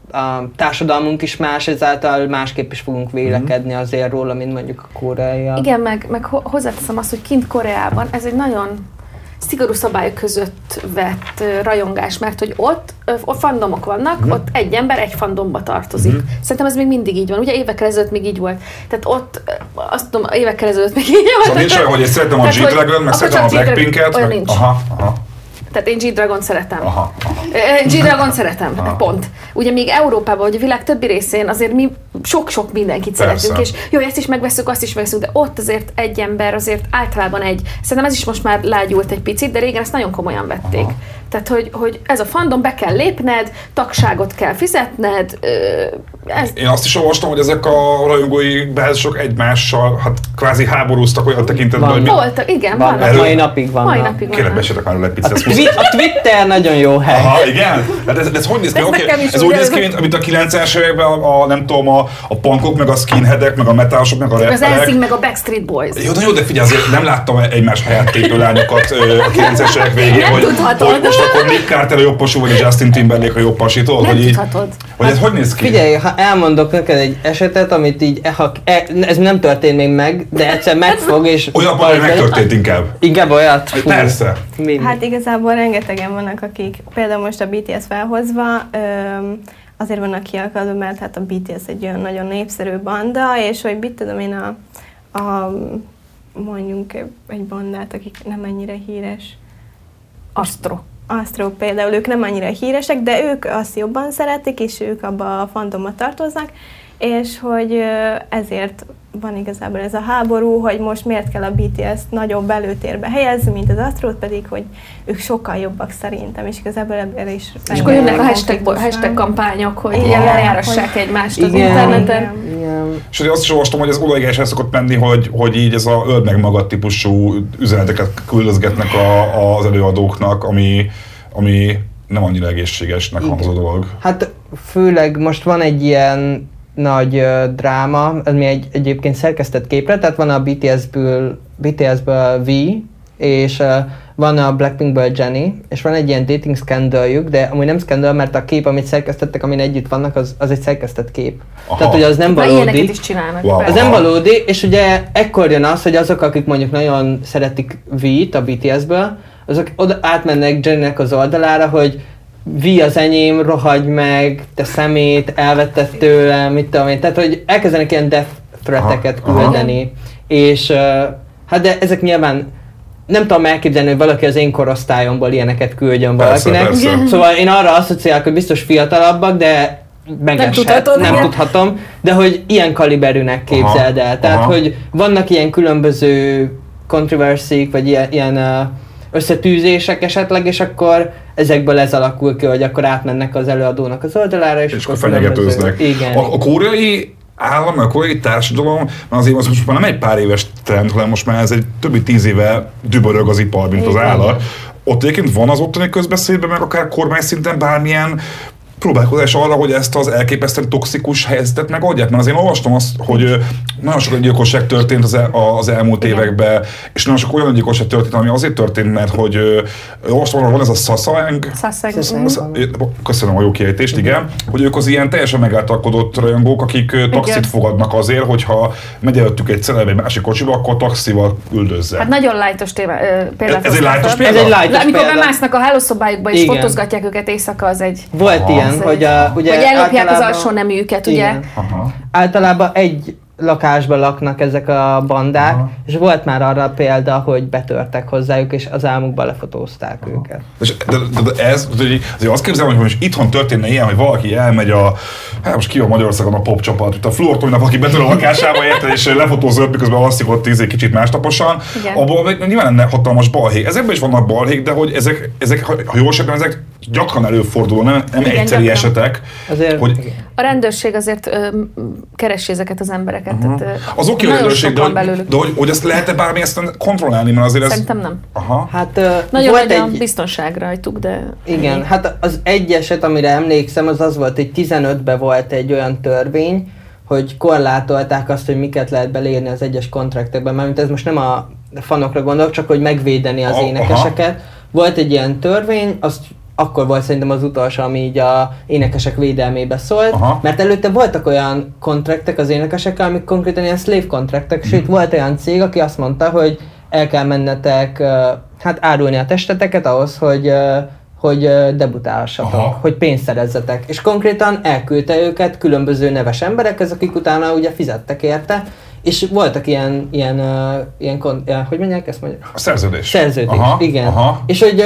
a társadalmunk is más, ezáltal másképp is fogunk vélekedni azért róla, mint mondjuk a koreaiak. Igen, meg, meg hozzáteszem azt, hogy kint Koreában ez egy nagyon szigorú szabályok között vett uh, rajongás, mert hogy ott, uh, ott fandomok vannak, mm. ott egy ember egy fandomba tartozik. Mm. Szerintem ez még mindig így van. Ugye évekkel ezelőtt még így volt. Tehát ott, uh, azt tudom, évekkel ezelőtt még így volt. Szóval nincs olyan, hogy én szeretem a G-Dragon, meg szeretem a Blackpinket. Olyan nincs. Aha, aha. Tehát én G-Dragon szeretem. Aha, aha. G-Dragon szeretem, aha. pont. Ugye még Európában, vagy a világ többi részén azért mi sok-sok mindenkit Persze. szeretünk, és jó, ezt is megveszünk, azt is megveszünk, de ott azért egy ember, azért általában egy. Szerintem ez is most már lágyult egy picit, de régen ezt nagyon komolyan vették. Aha. Tehát, hogy, hogy ez a fandom, be kell lépned, tagságot kell fizetned. Ez... Én azt is olvastam, hogy ezek a rajongói beházasok egymással hát kvázi háborúztak olyan tekintetben, hogy... Voltak, igen, vannak. vannak. Mai napig vannak. Mai napig Kérlek, beszéltek már egy picit. A, twi- a Twitter nagyon jó hely. Aha, igen? Hát ez, ez hogy néz ki? Ez Okay. nekem is Ez úgy úgy néz ki, érzem. mint, mint a kilencvenes években a, a, nem tudom, a, a punkok, meg a skinheadek, meg a metalosok, meg a Az rapperek. N Sync meg a Backstreet Boys. Jó, de jó, de figyelj, azért nem láttam egymás helyett tépő lányokat ö, a kilencvenes évek végén, Nem hogy, tudhatod. hogy most akkor Nick Carter a jobb pasú, vagy a Justin Timberlake a jobb pasítól, Nem hogy így, tudhatod. hogy ez hogy néz ki? Figyelj, ha elmondok neked egy esetet, amit így, ha, e, ez nem történt még meg, de egyszer megfog, és... Olyan hogy megtörtént inkább. Inkább olyat? Fú. Persze. Mi? Hát igazából rengetegen vannak, akik például most a bé té es felhozva, öm, azért vannak kiakadva, mert hát a bé té es egy olyan nagyon népszerű banda, és hogy mit tudom én a, a mondjunk egy bandát, akik nem ennyire híres. Astro. Astro például, ők nem annyira híresek, de ők azt jobban szeretik, és ők abba a fandomba tartoznak, és hogy ö, ezért van igazából ez a háború, hogy most miért kell a bé té es-t nagyobb előtérbe helyezni, mint az Astrót, pedig hogy ők sokkal jobbak szerintem, és igazából ebből is... És akkor jönnek a hashtag, hashtag kampányok, hogy Igen, ilyen lejárassák hogy- egymást az Igen. interneten. Igen. És azt is olvastam, hogy ez odaig el szokott menni, hogy, hogy így ez a öld meg magad típusú üzeneteket küldözgetnek a, az előadóknak, ami, ami nem annyira egészségesnek hangzó dolog. Hát főleg most van egy ilyen nagy uh, dráma, ami egy, egyébként szerkesztett képre, tehát van a bé té es-ből, bé té es-ből V, és uh, van a Blackpinkből Jennie, és van egy ilyen dating scandaljuk, de amúgy nem scandal, mert a kép, amit szerkesztettek, amin együtt vannak, az, az egy szerkesztett kép. Aha. Tehát, hogy az nem Már ilyeneket valódi. is csinálnak. Wow. persze. Az nem valódi, és ugye ekkor jön az, hogy azok, akik mondjuk nagyon szeretik V-t a bé té es-ből, azok oda átmennek Jennie-nek az oldalára, hogy V az enyém, rohagy meg, te szemét, elvetted tőlem, mit tudom én. Tehát, hogy elkezdenek ilyen death threat-eket Aha, küldeni. És uh, hát de ezek nyilván nem tudom elképzelni, hogy valaki az én korosztályomból ilyeneket küldjön Persze, valakinek. persze. Szóval én arra asszociálok, hogy biztos fiatalabbak, de megeshet, tudhatod, nem igen. tudhatom, de hogy ilyen kaliberűnek képzeld el. Tehát, aha. hogy vannak ilyen különböző controversy-k, vagy ilyen, ilyen uh, összetűzések esetleg, és akkor ezekből ez alakul ki, hogy akkor átmennek az előadónak az oldalára, és, És akkor akkor fenyegetőznek. különböző- Igen. A, a koreai állam, a koreai társadalom, mert azért az most már nem egy pár éves trend, hanem most már ez egy többi tíz éve dübörög az ipar, mint az Igen. állat. Ott egyébként van az ottani közbeszédben, meg akár kormány szinten bármilyen próbálkozás arra, hogy ezt az elképesztően toxikus helyzetet megoldják? Mert azért én olvastam azt, hogy ö, nagyon sok gyilkosság történt az, el, az elmúlt Igen. években, és nagyon sok olyan gyilkosság történt, ami azért történt, mert hogy ö, olvastam, hogy van ez a Sasaeng, Szaszeg. Szaszeg. köszönöm a jó kiejtést, igen, hogy ők az ilyen teljesen megáltalkodott rajongók, akik ö, taxit Igen. fogadnak azért, hogyha megy előttük egy celeb egy másik kocsiba, akkor taxival üldözze. Hát nagyon lájtos téma, ö, példát Ez egy hoztál lájtos fel. példa? Ez egy De lájtos amikor példa. bemásznak a hálószobájukba és Igen. fotózgatják őket éjszaka, az egy... Volt Aha. ilyen, Az hogy, egy- a, ugye Hogy ellopják az általában- alsó neműket, ugye? Igen. Aha. Általában egy lakásban laknak ezek a bandák, Aha. és volt már arra példa, hogy betörtek hozzájuk, és az álmukban lefotózták őket. És De, de, de ez, de azért azt képzelem, hogy most itthon történne ilyen, hogy valaki elmegy a, hát most ki van Magyarországon a pop csapat, itt a Fluortominak, aki betör a lakásába érte, és lefotózza őt, miközben alszik ott tíz egy kicsit másnaposan, Igen. abból meg nyilván lenne hatalmas balhé. Ezekben is vannak balhék, de hogy ezek, ezek ha ha jól sejtem, ezek gyakran előforduló, nem, nem Igen, egyszeri gyakran. esetek. Azért Hogy- igen. A rendőrség azért ö, m, keresi ezeket az embereket. Uh-huh. Tehát, ö, Az oké, a nagyon rendőrség, de, sok van hogy, belőlük. de hogy, hogy ezt lehet-e bármi ezt kontrollálni, mert azért ez... Szerintem nem. Aha. Hát ö, Nagyon volt nagy a egy... biztonság rajtuk, de... Igen, hát az egy eset, amire emlékszem, az az volt, hogy tizenötben volt egy olyan törvény, hogy korlátolták azt, hogy miket lehet beleírni az egyes kontraktekben, mármint ez most nem a fanokra gondolok, csak hogy megvédeni az Aha. énekeseket. Volt egy ilyen törvény, azt akkor volt szerintem az utolsó, ami így a énekesek védelmébe szólt, Aha. mert előtte voltak olyan kontraktek az énekesekkel, amik konkrétan ilyen slave kontraktek, sőt volt olyan cég, aki azt mondta, hogy el kell mennetek, ö, hát árulni a testeteket ahhoz, hogy ö, hogy ö, debutálhassatok, Aha. hogy pénzt szerezzetek. És konkrétan elküldte őket különböző neves emberekhez, akik utána ugye fizettek érte, és voltak ilyen, ilyen, uh, ilyen kon- uh, hogy mondják ezt mondják? A szerződés. Szerződés, Aha, igen. Aha. És hogy uh,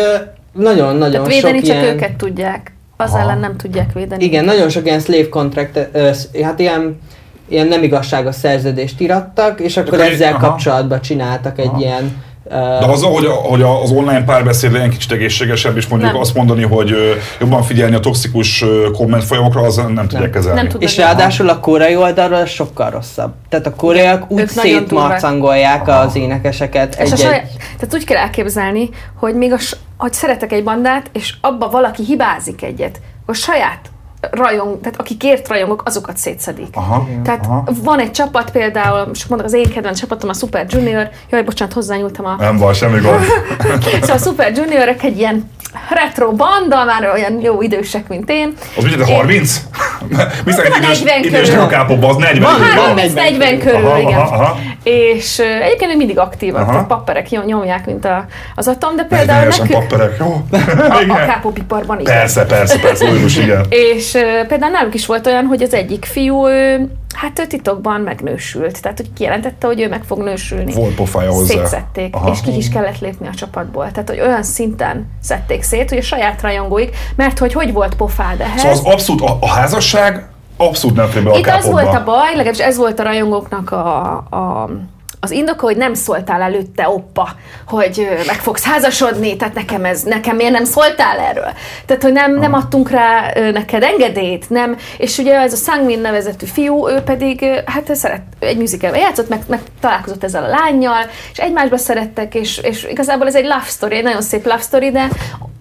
nagyon-nagyon Tehát védeni sok csak ilyen... őket tudják, az ellen nem tudják védeni. Igen, nagyon sok ilyen slave contract, hát ilyen, ilyen nem igazságos szerződést irattak, és akkor Csak ezzel aha. kapcsolatban csináltak egy aha. ilyen... De az, hogy, a, hogy az online párbeszéd legyen kicsit egészségesebb, és mondjuk nem. azt mondani, hogy jobban figyelni a toxikus komment folyamokra, az nem tudják kezelni. Nem és ráadásul a koreai oldalról sokkal rosszabb. Tehát a koreaiak úgy szétmarcangolják az énekeseket. És egy, a saját, tehát úgy kell elképzelni, hogy még a, hogy szeretek egy bandát, és abba valaki hibázik egyet, a saját rajong, tehát akik ért rajongok, azokat szétszedik. Aha, tehát aha. van egy csapat például, most mondok, az én kedvenc csapatom a Super Junior, jaj, bocsánat, hozzányúltam a... Nem van, semmi gond. Szóval a Super Juniorek egy ilyen retro banda, már olyan jó idősek, mint én. Az mit, harminc? Mi szerint idős, idős a kápokban, az negyven. harminc-negyven körül, aha, igen. Aha, aha. És uh, egyébként még mindig aktívak, a papperek nyomják, mint a, az atom, de például nekünk... papperek, jó? A, a kápopiparban is. Persze, persze, persze, logikus, igen. És uh, például náluk is volt olyan, hogy az egyik fiú, ő, hát ő titokban megnősült, tehát hogy kijelentette, hogy ő meg fog nősülni. Volt pofája hozzá. Szétszették, aha. És ki is kellett lépni a csapatból. Tehát, hogy olyan szinten szedték szét, hogy a saját rajongóik, mert hogy hogy volt pofád ehhez. Szóval az abszolút, a, a házasság abszolút nem fél be a Itt kápokba. az volt a baj, legalábbis ez volt a rajongóknak a, a az indoka, hogy nem szóltál előtte, oppa, hogy meg fogsz házasodni, tehát nekem ez, nekem miért nem szóltál erről? Tehát, hogy nem, nem adtunk rá neked engedélyt, nem, és ugye ez a Sangmin nevezetű fiú, ő pedig, hát szeret, egy musicalben játszott, meg, meg találkozott ezzel a lánnyal, és egymásba szerettek, és, és igazából ez egy love story, egy nagyon szép love story, de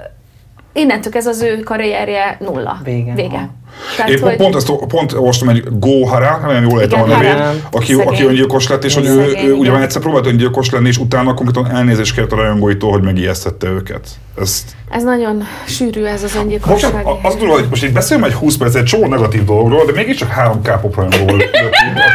innentől ez az ő karrierje nulla. Vége. Vége. Tehát, Én hogy... pont, ezt, pont olvastam egy Go Hara, nem jól ejtem a nevét, aki, aki öngyilkos lett, és hogy ő, Szegény, ő ugye már egyszer próbált öngyilkos lenni, és utána konkrétan elnézést kért a rajongóitól, hogy megijesztette őket. Ezt... Ez nagyon sűrű, ez az öngyilkosság. Most az durva, hogy most itt beszélünk egy húsz perc, egy csomó negatív dologról, de mégiscsak három K-pop rajongóról jöttünk.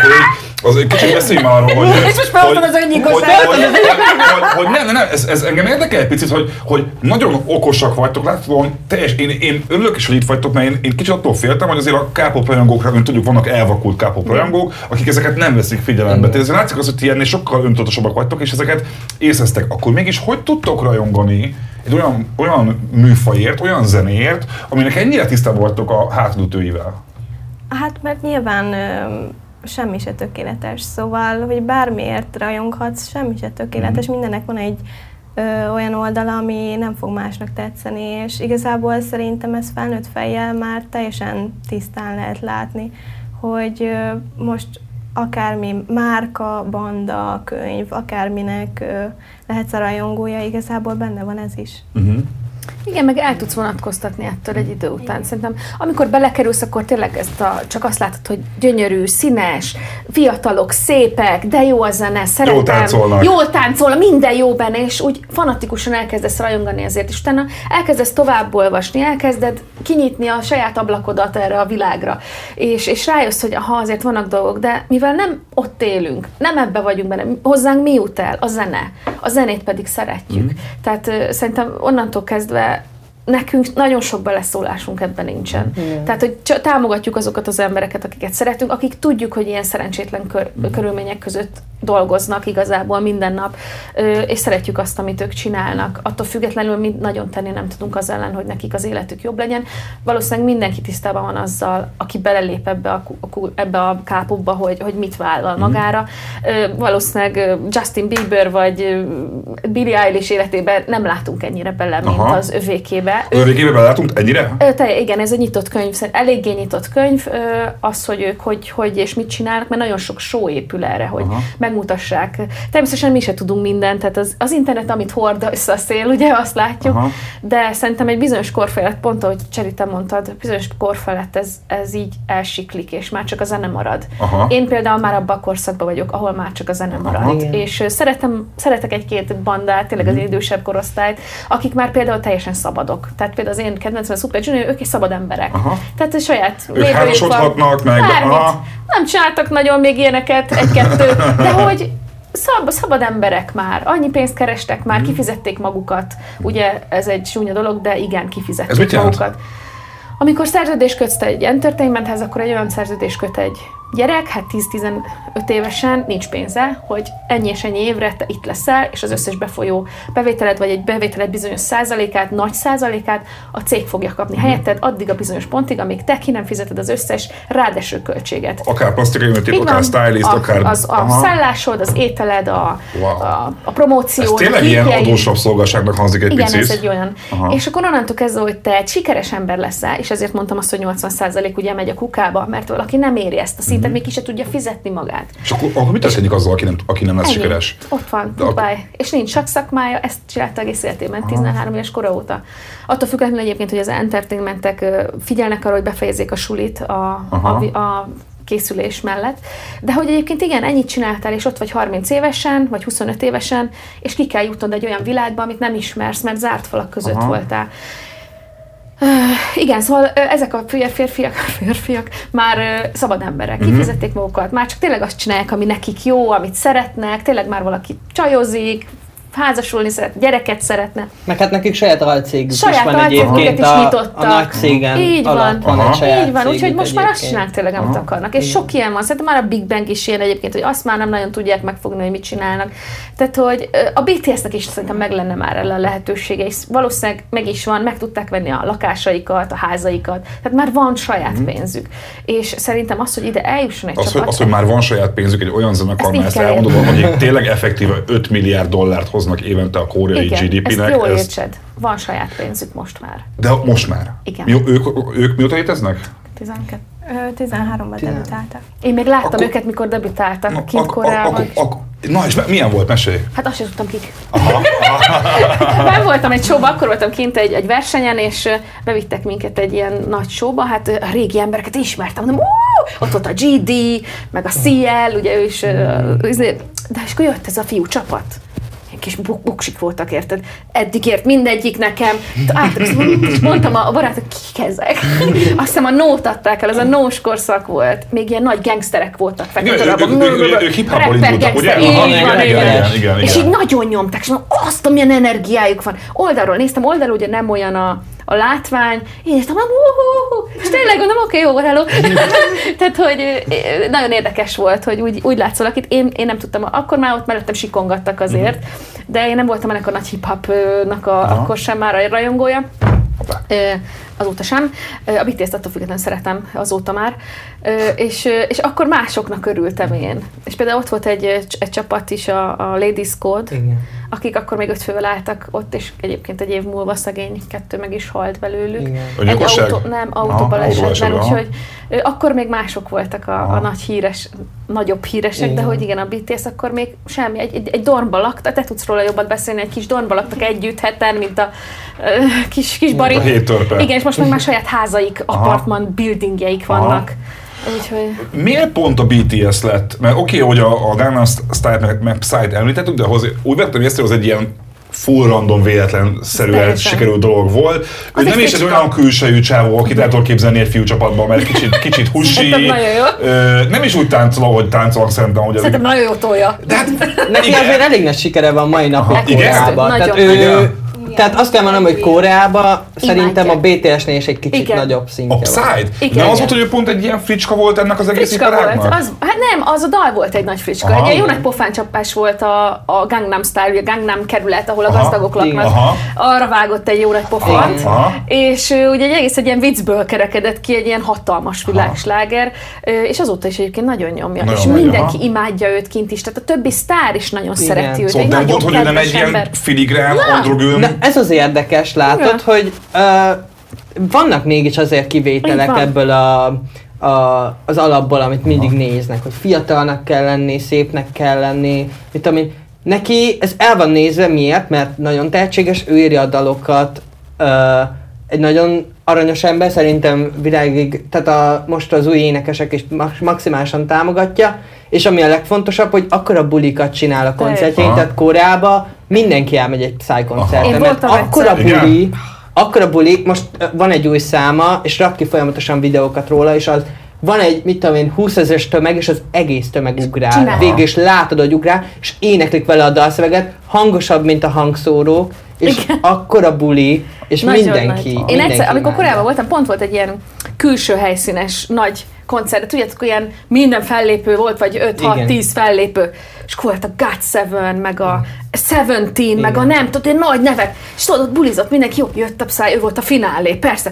Az egy kicsit beszéljünk már arról, hogy... És most felhoztad az öngyilkosságot. Hogy, hogy, hogy, hogy nem, nem, nem, ez, ez engem érdekel egy picit, hogy, hogy nagyon okosak vagytok, láthatóan teljes, én, én örülök is, hogy itt vagytok, mert én, én kicsit attól féltem, hogy azért a K-pop rajongókra, mint tudjuk, vannak elvakult K-pop rajongók, akik ezeket nem veszik figyelembe. Tehát ezért látszik az, hogy ti ennél sokkal öntudatosabbak vagytok, és ezeket észreztek. Akkor mégis hogy tudtok rajongani egy olyan, olyan műfajért, olyan zenéért, aminek ennyire tisztában vagytok a hátulütőivel? Hát mert nyilván ö, semmi se tökéletes, szóval, hogy bármiért rajonghatsz, semmi se tökéletes, mm. mindennek van egy ö, olyan oldala, ami nem fog másnak tetszeni, és igazából szerintem ez felnőtt fejjel már teljesen tisztán lehet látni, hogy ö, most akármi márka, banda, könyv, akárminek ö, lehetsz a rajongója, igazából benne van ez is. Uh-huh. Igen, meg el tudsz vonatkoztatni ettől egy idő után. Szerintem, amikor belekerülsz, akkor tényleg ezt a, csak azt látod, hogy gyönyörű, színes, fiatalok, szépek, de jó a zene, szeretem. Jól táncolnak. Jól táncolnak, minden jó benne, és úgy fanatikusan elkezdesz rajongani ezért, és utána elkezdesz tovább olvasni, elkezded kinyitni a saját ablakodat erre a világra, és, és rájössz, hogy aha, azért vannak dolgok, de mivel nem ott élünk, nem ebbe vagyunk benne, hozzánk mi jut el? A zene. A zenét pedig szeretjük. Mm. Tehát uh, szerintem onnantól kezdve nekünk nagyon sok beleszólásunk ebben nincsen. Mm. Tehát, hogy cs- támogatjuk azokat az embereket, akiket szeretünk, akik tudjuk, hogy ilyen szerencsétlen kör- mm. körülmények között dolgoznak igazából minden nap, és szeretjük azt, amit ők csinálnak. Attól függetlenül mi nagyon tenni nem tudunk az ellen, hogy nekik az életük jobb legyen. Valószínűleg mindenki tisztában van azzal, aki belelép ebbe a, ebbe a kápukba, hogy, hogy mit vállal magára. Mm. Valószínűleg Justin Bieber vagy Billie Eilish életében nem látunk ennyire bele, mint aha. az övékébe. Övékébe belátunk ennyire? Te, igen, ez egy nyitott könyv, eléggé nyitott könyv, az, hogy ők hogy, hogy és mit csinálnak, mert nagyon sok show épül erre, hogy aha. megmutassák. Természetesen mi se tudunk mindent, tehát az, az internet, amit hord össze a szél, ugye, azt látjuk, aha. de szerintem egy bizonyos kor felett, pont ahogy Cseri, te mondtad, bizonyos kor felett ez, ez így elsiklik, és már csak a zene marad. Aha. Én például már abban a korszakban vagyok, ahol már csak a zene marad. Aha. És szeretem, szeretek egy-két bandát, tényleg az idősebb korosztályt, akik már például teljesen szabadok. Tehát például az én kedvencem a Super Junior, ők is szabad emberek. Aha. Tehát a saját ők házasodhatnak meg. Nem csináltak nagyon még ilyeneket, egy-kettő, de hogy szab, szabad emberek már, annyi pénzt kerestek már, hmm. kifizették magukat. Ugye ez egy súnya dolog, de igen, kifizették ez magukat. Jelent? Amikor szerződés kötsz egy entertainmenthez, akkor egy olyan szerződés köt egy gyerek, hát tíz-tizenöt évesen nincs pénze, hogy ennyi és ennyi évre te itt leszel, és az összes befolyó bevételed, vagy egy bevételed bizonyos százalékát, nagy százalékát a cég fogja kapni helyetted addig a bizonyos pontig, amíg te ki nem fizeted az összes rádeső költséget. Akár plastikai műtét, akár stylist, a, akár... Az, a szállásod, az ételed, a, wow. a, a promóció, ez tényleg ilyen adósabb szolgálságnak hangzik egy igen, picit. ez egy olyan. Aha. És akkor onnantól kezdve, hogy te egy sikeres ember leszel, és ezért mondtam azt, hogy nyolcvan százalék ugye megy a kukába, mert valaki nem éri ezt a szintet, mm-hmm. még ki se tudja fizetni magát. És akkor, akkor mit történik azzal, aki nem, aki nem lesz ennyi. Sikeres? Ott van, goodbye. Akkor... És nincs csak szakmája, ezt csinálta egész életében, tizenhárom éves kora óta. Attól függetlenül egyébként, hogy az entertainmentek figyelnek arra, hogy befejezzék a sulit a, a, a készülés mellett. De hogy egyébként igen, ennyit csináltál, és ott vagy harminc évesen, vagy huszonöt évesen, és ki kell jutnod egy olyan világba, amit nem ismersz, mert zárt falak között Aha. voltál. Uh, igen, szóval uh, ezek a férfiak, férfiak már uh, szabad emberek, uh-huh. kifizették magukat, már csak tényleg azt csinálják, ami nekik jó, amit szeretnek, tényleg már valaki csajozik, házasulni szeret, gyereket szeretne. Meg hát nekik saját alcégük is van egyébként is a, a nagy cégen. Így van, van egy saját így van, úgyhogy most egyébként. már azt csinálnak tényleg, amit Aha. akarnak. És Igen. sok ilyen van, szerintem már a Big Bang is ilyen egyébként, hogy azt már nem nagyon tudják megfogni, hogy mit csinálnak. Tehát, hogy a bé té es-nek is szerintem meg lenne már ellen a lehetősége, és valószínűleg meg is van, meg tudták venni a lakásaikat, a házaikat, tehát már van saját mm. pénzük. És szerintem az, hogy ide eljusson egy az, csapat... Hogy, az, hogy már van saját pénzük egy olyan zenekarnál, ezt elmondod, hogy tényleg effektíve öt milliárd dollárt hoznak évente a koreai Igen, gé dé pének. ezt jól ez... értsed. Van saját pénzük most már. De most már? Igen. Mi, ők, ők mióta léteznek? tizenkettő. tizenháromban debütáltak. Én még láttam akkor, őket, mikor debütáltak na, kint Koreában. Na és milyen volt? Mesélj! Hát azt sem tudtam kik. Már voltam egy showban, akkor voltam kint egy, egy versenyen, és bevittek minket egy ilyen nagy showba, hát a régi embereket ismertem, mondom, ott volt a gé dé, meg a cé el, ugye ő is, de és akkor jött ez a fiú csapat. Kis buk- buksik voltak, érted? Eddig ért mindegyik nekem. Át, és mondtam a barátok, kik ezek? Azt hiszem a nót adták el, ez a nós korszak volt. Még ilyen nagy gangsterek voltak. Ők hip-hopból indultak, ugye? És így nagyon nyomták, és mondom, azt, milyen energiájuk van. Oldalról néztem, oldalról ugye nem olyan a a látvány, én értem, és tényleg mondom, oké, okay, jó, hello. Tehát, hogy nagyon érdekes volt, hogy úgy, úgy látszol, akit én, én nem tudtam, akkor már ott mellettem sikongattak azért, de én nem voltam ennek a nagy hip-hopnak a, akkor sem már a rajongója. Azóta sem. A bé té es-t attól függetlenül szeretem azóta már. És, és akkor másoknak örültem én. És például ott volt egy, egy csapat is, a, a Ladies Code, Igen. akik akkor még öt fővel álltak ott, és egyébként egy év múlva szegény kettő meg is halt belőlük. Egy autó, nem, autóbalesetben, úgyhogy akkor még mások voltak a, a nagy híres, nagyobb híresek, Igen. de hogy igen, a bé té es akkor még semmi, egy, egy, egy dormba laktak, te tudsz róla jobban beszélni, egy kis dormba laktak együtt heten, mint a uh, kis, kis bari. Igen, és most meg már saját házaik, apartman buildingjeik vannak. Úgyhogy... Miért pont a bé té es lett? Mert oké, okay, hogy a, a Gangnam Style meg Psy-t említettük, de hozzá, úgy vettem észre, hogy az egy ilyen full random, véletlenszerűen sikerült dolog volt. Ő nem is egy olyan külsejű csávó, akit el tudok képzelni egy fiúcsapatban, mert kicsit, kicsit hussi. Nem is úgy táncol, ahogy táncolnak szerintem. Hogy szerintem nagyon jó tolja. De hát, neki igen. azért elég nagy sikere van mai napig Koreában. Tehát ő... Tehát azt kell mondanom, hogy Koreában szerintem a bé té es-nél is egy kicsit Igen. nagyobb szintje a Psy-t? Nem az volt, hogy ő pont egy ilyen fricska volt ennek az egész iparágnak? Az, hát nem, az a dal volt egy nagy fricska. Aha. Egy ilyen jó nagy pofáncsapás volt a, a Gangnam Style, a Gangnam kerület, ahol a Aha. gazdagok laknak. Aha. Arra vágott egy jó nagy pofont. És uh, ugye egy egész egy ilyen viccből kerekedett ki egy ilyen hatalmas világsláger, uh, és azóta is egyébként nagyon nyomja. Nagyon és mindenki aha. imádja őt kint is, tehát a többi sztár is nagyon Igen. szereti őt. Szóval nem volt, hogy nem egy ilyen filigrán, androgyn. Ez az érdekes, látod, Igen. hogy uh, vannak mégis azért kivételek ebből a, a, az alapból, amit mindig Aha. néznek, hogy fiatalnak kell lenni, szépnek kell lenni, mit tudom én. Neki ez el van nézve, miért? Mert nagyon tehetséges, ő írja a dalokat, uh, egy nagyon aranyos ember, szerintem világig, tehát a, most az új énekesek is maximálisan támogatja, és ami a legfontosabb, hogy akkora bulikat csinál a koncertjein, tehát Koreába mindenki elmegy egy Psy koncertre, mert akkora buli, akkora buli, most van egy új száma, és rak ki folyamatosan videókat róla, és az van egy, mit tudom én, húszezeres tömeg, és az egész tömeg ugrál. Végül is látod, hogy ugrál, és éneklik vele a dalszöveget, hangosabb, mint a hangszórók, és Igen. akkora buli, és nagyon mindenki, nagy. Én mindenki egyszer, amikor Koreában voltam, pont volt egy ilyen külső helyszínes, nagy koncertre, tudjátok, ilyen minden fellépő volt, vagy öt hat tíz fellépő, és akkor volt a God Seven, meg a Seventeen, meg a nem tudod, ilyen nagy nevek, és tudod, ott bulizott mindenki, jó, jött a Psy, ő volt a finálé, persze.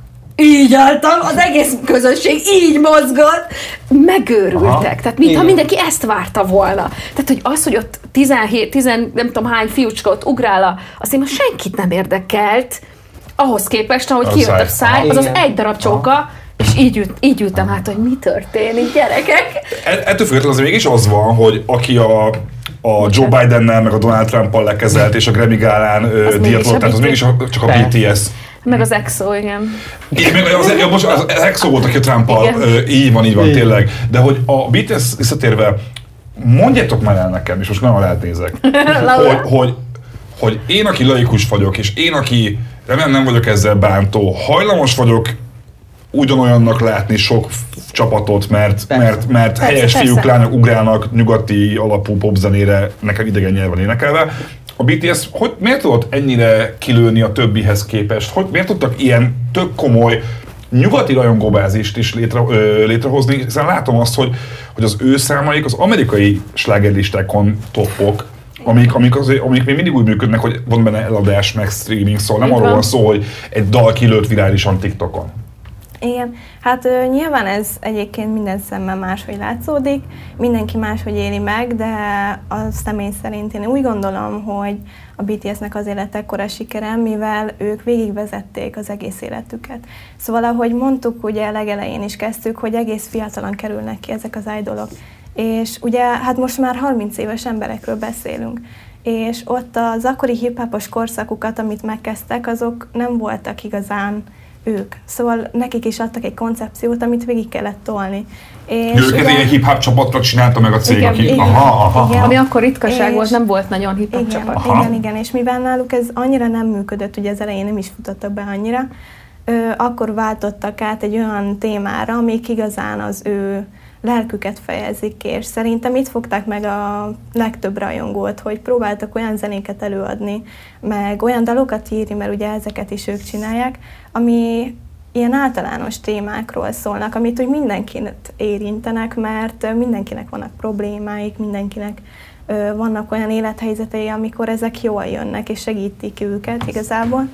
Így álltam, az egész közönség így mozgott, megőrültek, aha, tehát mintha igen. mindenki ezt várta volna. Tehát, hogy az, hogy ott tizenhét, tíz, nem tudom hány fiúcska ott ugrál, azt én senkit nem érdekelt, ahhoz képest, ahogy kijött a Psy, az az egy darab csóka, aha. és így, ült, így ültem át, hogy mi történik, gyerekek. Ettől függetlenül azért mégis az van, hogy aki a a Joe Bidennel, meg a Donald Trump-al lekezelt, és a Grammy gálán diatlott, tehát az mégis csak a bé té es. Meg az EXO, igen. Igen, az, az, az EXO volt, aki a Trump-al, így van, így van, igen. tényleg. De hogy a bé té es visszatérve, mondjátok már el nekem, és most nem alá nézek, hogy, hogy, hogy én, aki laikus vagyok, és én, aki remélem nem vagyok ezzel bántó, hajlamos vagyok ugyanolyannak látni sok csapatot, mert, mert, mert persze, helyes persze. fiúk, lányok ugrálnak nyugati alapú popzenére, nekem idegen nyelven énekelve. A bé té es hogy, miért tudott ennyire kilőni a többihez képest? Hogy, miért tudtak ilyen tök komoly nyugati rajongóbázist is létre, ö, létrehozni? Hiszen látom azt, hogy, hogy az ő számaik az amerikai slágerlistákon toppok, amik, amik, azért, amik még mindig úgy működnek, hogy van benne eladás, meg streaming, szóval nem arról van szó, hogy egy dal kilőtt virálisan TikTokon. Igen, hát ö, nyilván ez egyébként minden szemmel máshogy látszódik, mindenki máshogy éli meg, de a személy szerint én úgy gondolom, hogy a bé té esnek azért lett ekkora sikere, mivel ők végigvezették az egész életüket. Szóval ahogy mondtuk, ugye legelején is kezdtük, hogy egész fiatalan kerülnek ki ezek az idolok. És ugye hát most már harminc éves emberekről beszélünk. És ott az akkori hip-hopos korszakukat, amit megkezdtek, azok nem voltak igazán ők. Szóval nekik is adtak egy koncepciót, amit végig kellett tolni. És őket ugye, egy hip-hop csapatra csinálta meg a cég, igen, aki... Igen, aha, aha, igen. Ami akkor ritkaság és volt, nem volt nagyon hip-hop igen, csapat. Aha. Igen, igen, és mivel náluk ez annyira nem működött, ugye az elején nem is futottak be annyira, ö, akkor váltottak át egy olyan témára, amik igazán az ő lelküket fejezik ki, és szerintem itt fogták meg a legtöbb rajongót, hogy próbáltak olyan zenéket előadni, meg olyan dalokat írni, mert ugye ezeket is ők csinálják, ami ilyen általános témákról szólnak, amit úgy mindenkit érintenek, mert mindenkinek vannak problémáik, mindenkinek ö, vannak olyan élethelyzetei, amikor ezek jól jönnek, és segítik őket igazából,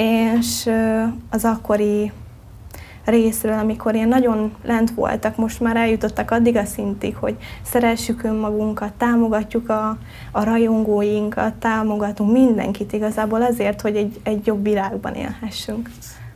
és ö, az akkori részről, amikor ilyen nagyon lent voltak, most már eljutottak addig a szintig, hogy szeressük önmagunkat, támogatjuk a, a rajongóinkat, támogatunk mindenkit igazából azért, hogy egy, egy jobb világban élhessünk.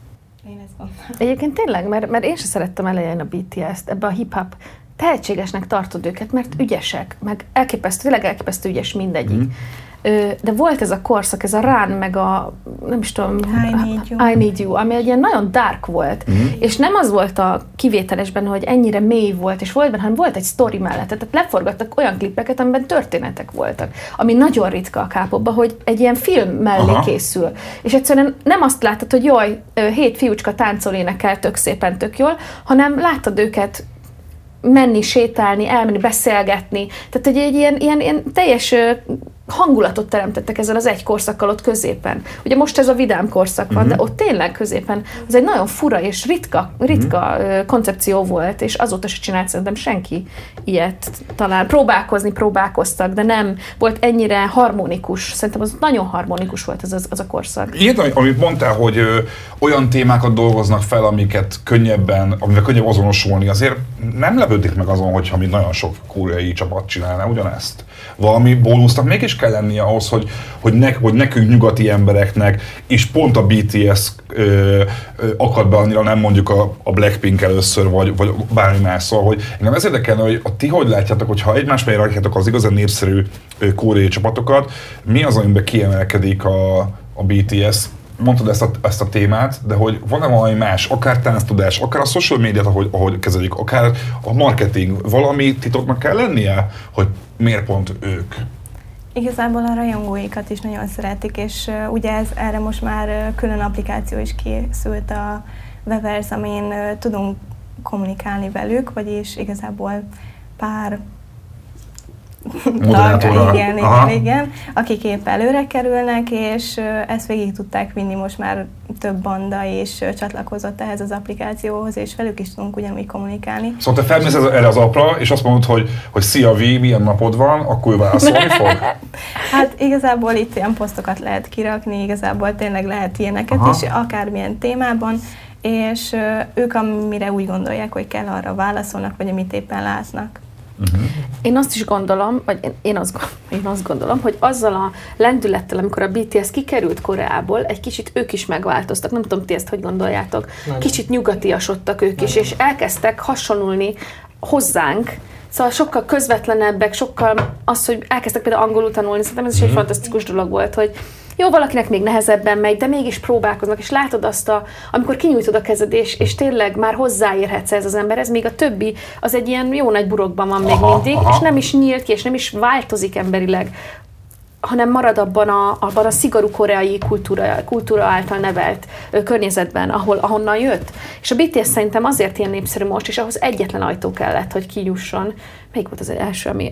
Én ezt gondolom. Egyébként tényleg, mert, mert én sem szerettem elején a bé té es-t, ebbe a hip-hop tehetségesnek tartod őket, mert ügyesek, meg elképesztő, tényleg elképesztő ügyes mindegyik. Mm. De volt ez a korszak, ez a Run, meg a, nem is tudom, I Need You, I Need You ami egy ilyen nagyon dark volt. Mm. És nem az volt a kivételes benne, hogy ennyire mély volt, és volt benne, hanem volt egy sztori mellett. Tehát leforgattak olyan klippeket, amiben történetek voltak. Ami nagyon ritka a K-popban, hogy egy ilyen film mellé aha. készül. És egyszerűen nem azt láttad, hogy jaj, hét fiúcska táncol, énekel, tök szépen, tök jól, hanem láttad őket menni, sétálni, elmenni, beszélgetni. Tehát egy, egy ilyen, ilyen, ilyen teljes hangulatot teremtettek ezzel az egy korszakkal ott középen. Ugye most ez a vidám korszak van, uh-huh. de ott tényleg középen az egy nagyon fura és ritka, ritka uh-huh. koncepció volt, és azóta se csinált szerintem senki ilyet. Talán próbálkozni próbálkoztak, de nem volt ennyire harmonikus. Szerintem az nagyon harmonikus volt az, az, az a korszak. Ilyet, amit mondtál, hogy ö, olyan témákat dolgoznak fel, amiket könnyebben, amivel könnyebb azonosulni, azért nem lepődik meg azon, hogyha mi nagyon sok koreai csapat csinálna ugyanezt. Valami bónusznak mégis kell lennie ahhoz, hogy, hogy, ne, hogy nekünk nyugati embereknek, és pont a bé té es ö, ö, akad be annyira, nem mondjuk a, a Blackpink először, vagy, vagy bármi más, szóval, hogy engem ez érdekelne, hogy a ti hogy látjátok, hogyha egymás mellé rakjátok az igazán népszerű ö, koreai csapatokat, mi az, amiben kiemelkedik a, a bé té es? Mondtad ezt a, ezt a témát, de hogy van-e valami más, akár tánctudás, akár a social médiát, ahogy, ahogy kezelik, akár a marketing, valami titoknak kell lennie, hogy miért pont ők? Igazából a rajongóikat is nagyon szeretik, és uh, ugye ez, erre most már uh, külön applikáció is készült a Weverse, amin uh, tudunk kommunikálni velük, vagyis igazából pár tag, igen, igen, igen, akik épp előre kerülnek, és ezt végig tudták vinni, most már több banda is csatlakozott ehhez az applikációhoz, és velük is tudunk ugyanúgy kommunikálni. Szóval te felmész erre az appra, és azt mondod, hogy, hogy szia Vi, milyen napod van, akkor ő válaszolni fog? Hát igazából itt ilyen posztokat lehet kirakni, igazából tényleg lehet ilyeneket Aha. is, akármilyen témában, és ők amire úgy gondolják, hogy kell, arra válaszolnak, vagy amit éppen látnak. Uh-huh. Én azt is gondolom, vagy én, én, azt, én azt gondolom, hogy azzal a lendülettel, amikor a bé té es kikerült Koreából, egy kicsit ők is megváltoztak. Nem tudom, ti ezt hogy gondoljátok. Nagyon. Kicsit nyugatiasodtak ők is, és elkezdtek hasonlulni hozzánk. Szóval sokkal közvetlenebbek, sokkal az, hogy elkezdtek például angolul tanulni, szerintem ez is egy uh-huh. fantasztikus dolog volt, hogy jó, valakinek még nehezebben megy, de mégis próbálkoznak, és látod azt, a, amikor kinyújtod a kezed, és, és tényleg már hozzáérhetsz ez az emberhez, még a többi az egy ilyen jó nagy burokban van még aha, mindig, aha. és nem is nyílt ki, és nem is változik emberileg, hanem marad abban a, abban a szigorú koreai kultúra, kultúra által nevelt ö, környezetben, ahol, ahonnan jött. És a bé té es szerintem azért ilyen népszerű most, és ahhoz egyetlen ajtó kellett, hogy kijusson. Melyik volt az első, ami...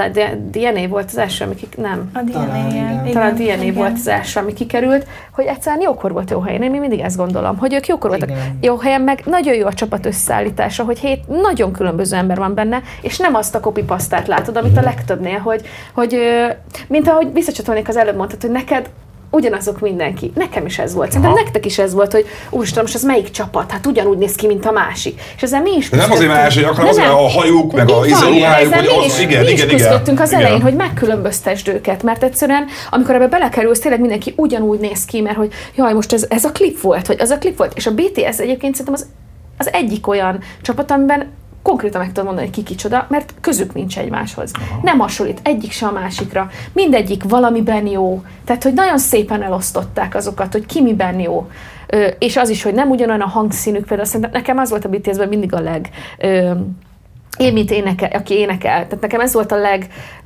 dé en á volt az első, ami kik... Nem. A dé en á, igen. Talán a dé en á volt az első, ami kikerült, hogy egyszerűen jókor volt jó helyen. Én mindig ezt gondolom, hogy ők jókor voltak igen. jó helyen, meg nagyon jó a csapat összeállítása, hogy hét nagyon különböző ember van benne, és nem azt a copy-pasztát látod, amit a legtöbbnél, hogy, hogy mint ahogy visszacsatolnék az előbb mondtad, hogy neked ugyanazok mindenki. Nekem is ez volt. Szerintem nektek is ez volt, hogy úristen, most ez melyik csapat? Hát ugyanúgy néz ki, mint a másik. És ezzel mi is de nem azért másik, hanem azért a hajuk, meg a izolóhájuk, hogy az, is, igen, mi igen, is küzdöttünk az igen. elején, hogy megkülönböztesd őket, mert egyszerűen, amikor ebbe belekerülsz, tényleg mindenki ugyanúgy néz ki, mert hogy jaj, most ez, ez a klip volt, vagy az a klip volt. És a bé té es egyébként szerintem az, az egyik olyan csapat, amiben konkrétan meg tudom mondani, hogy ki kicsoda, mert közük nincs egymáshoz. Aha. Nem hasonlít egyik se a másikra. Mindegyik valamiben jó. Tehát, hogy nagyon szépen elosztották azokat, hogy ki miben jó. Ö, és az is, hogy nem ugyanolyan a hangszínük, például szerintem nekem az volt a bé té esben mindig a leg... Ö, én, mint énekel, aki énekel. Tehát nekem ez volt a leg...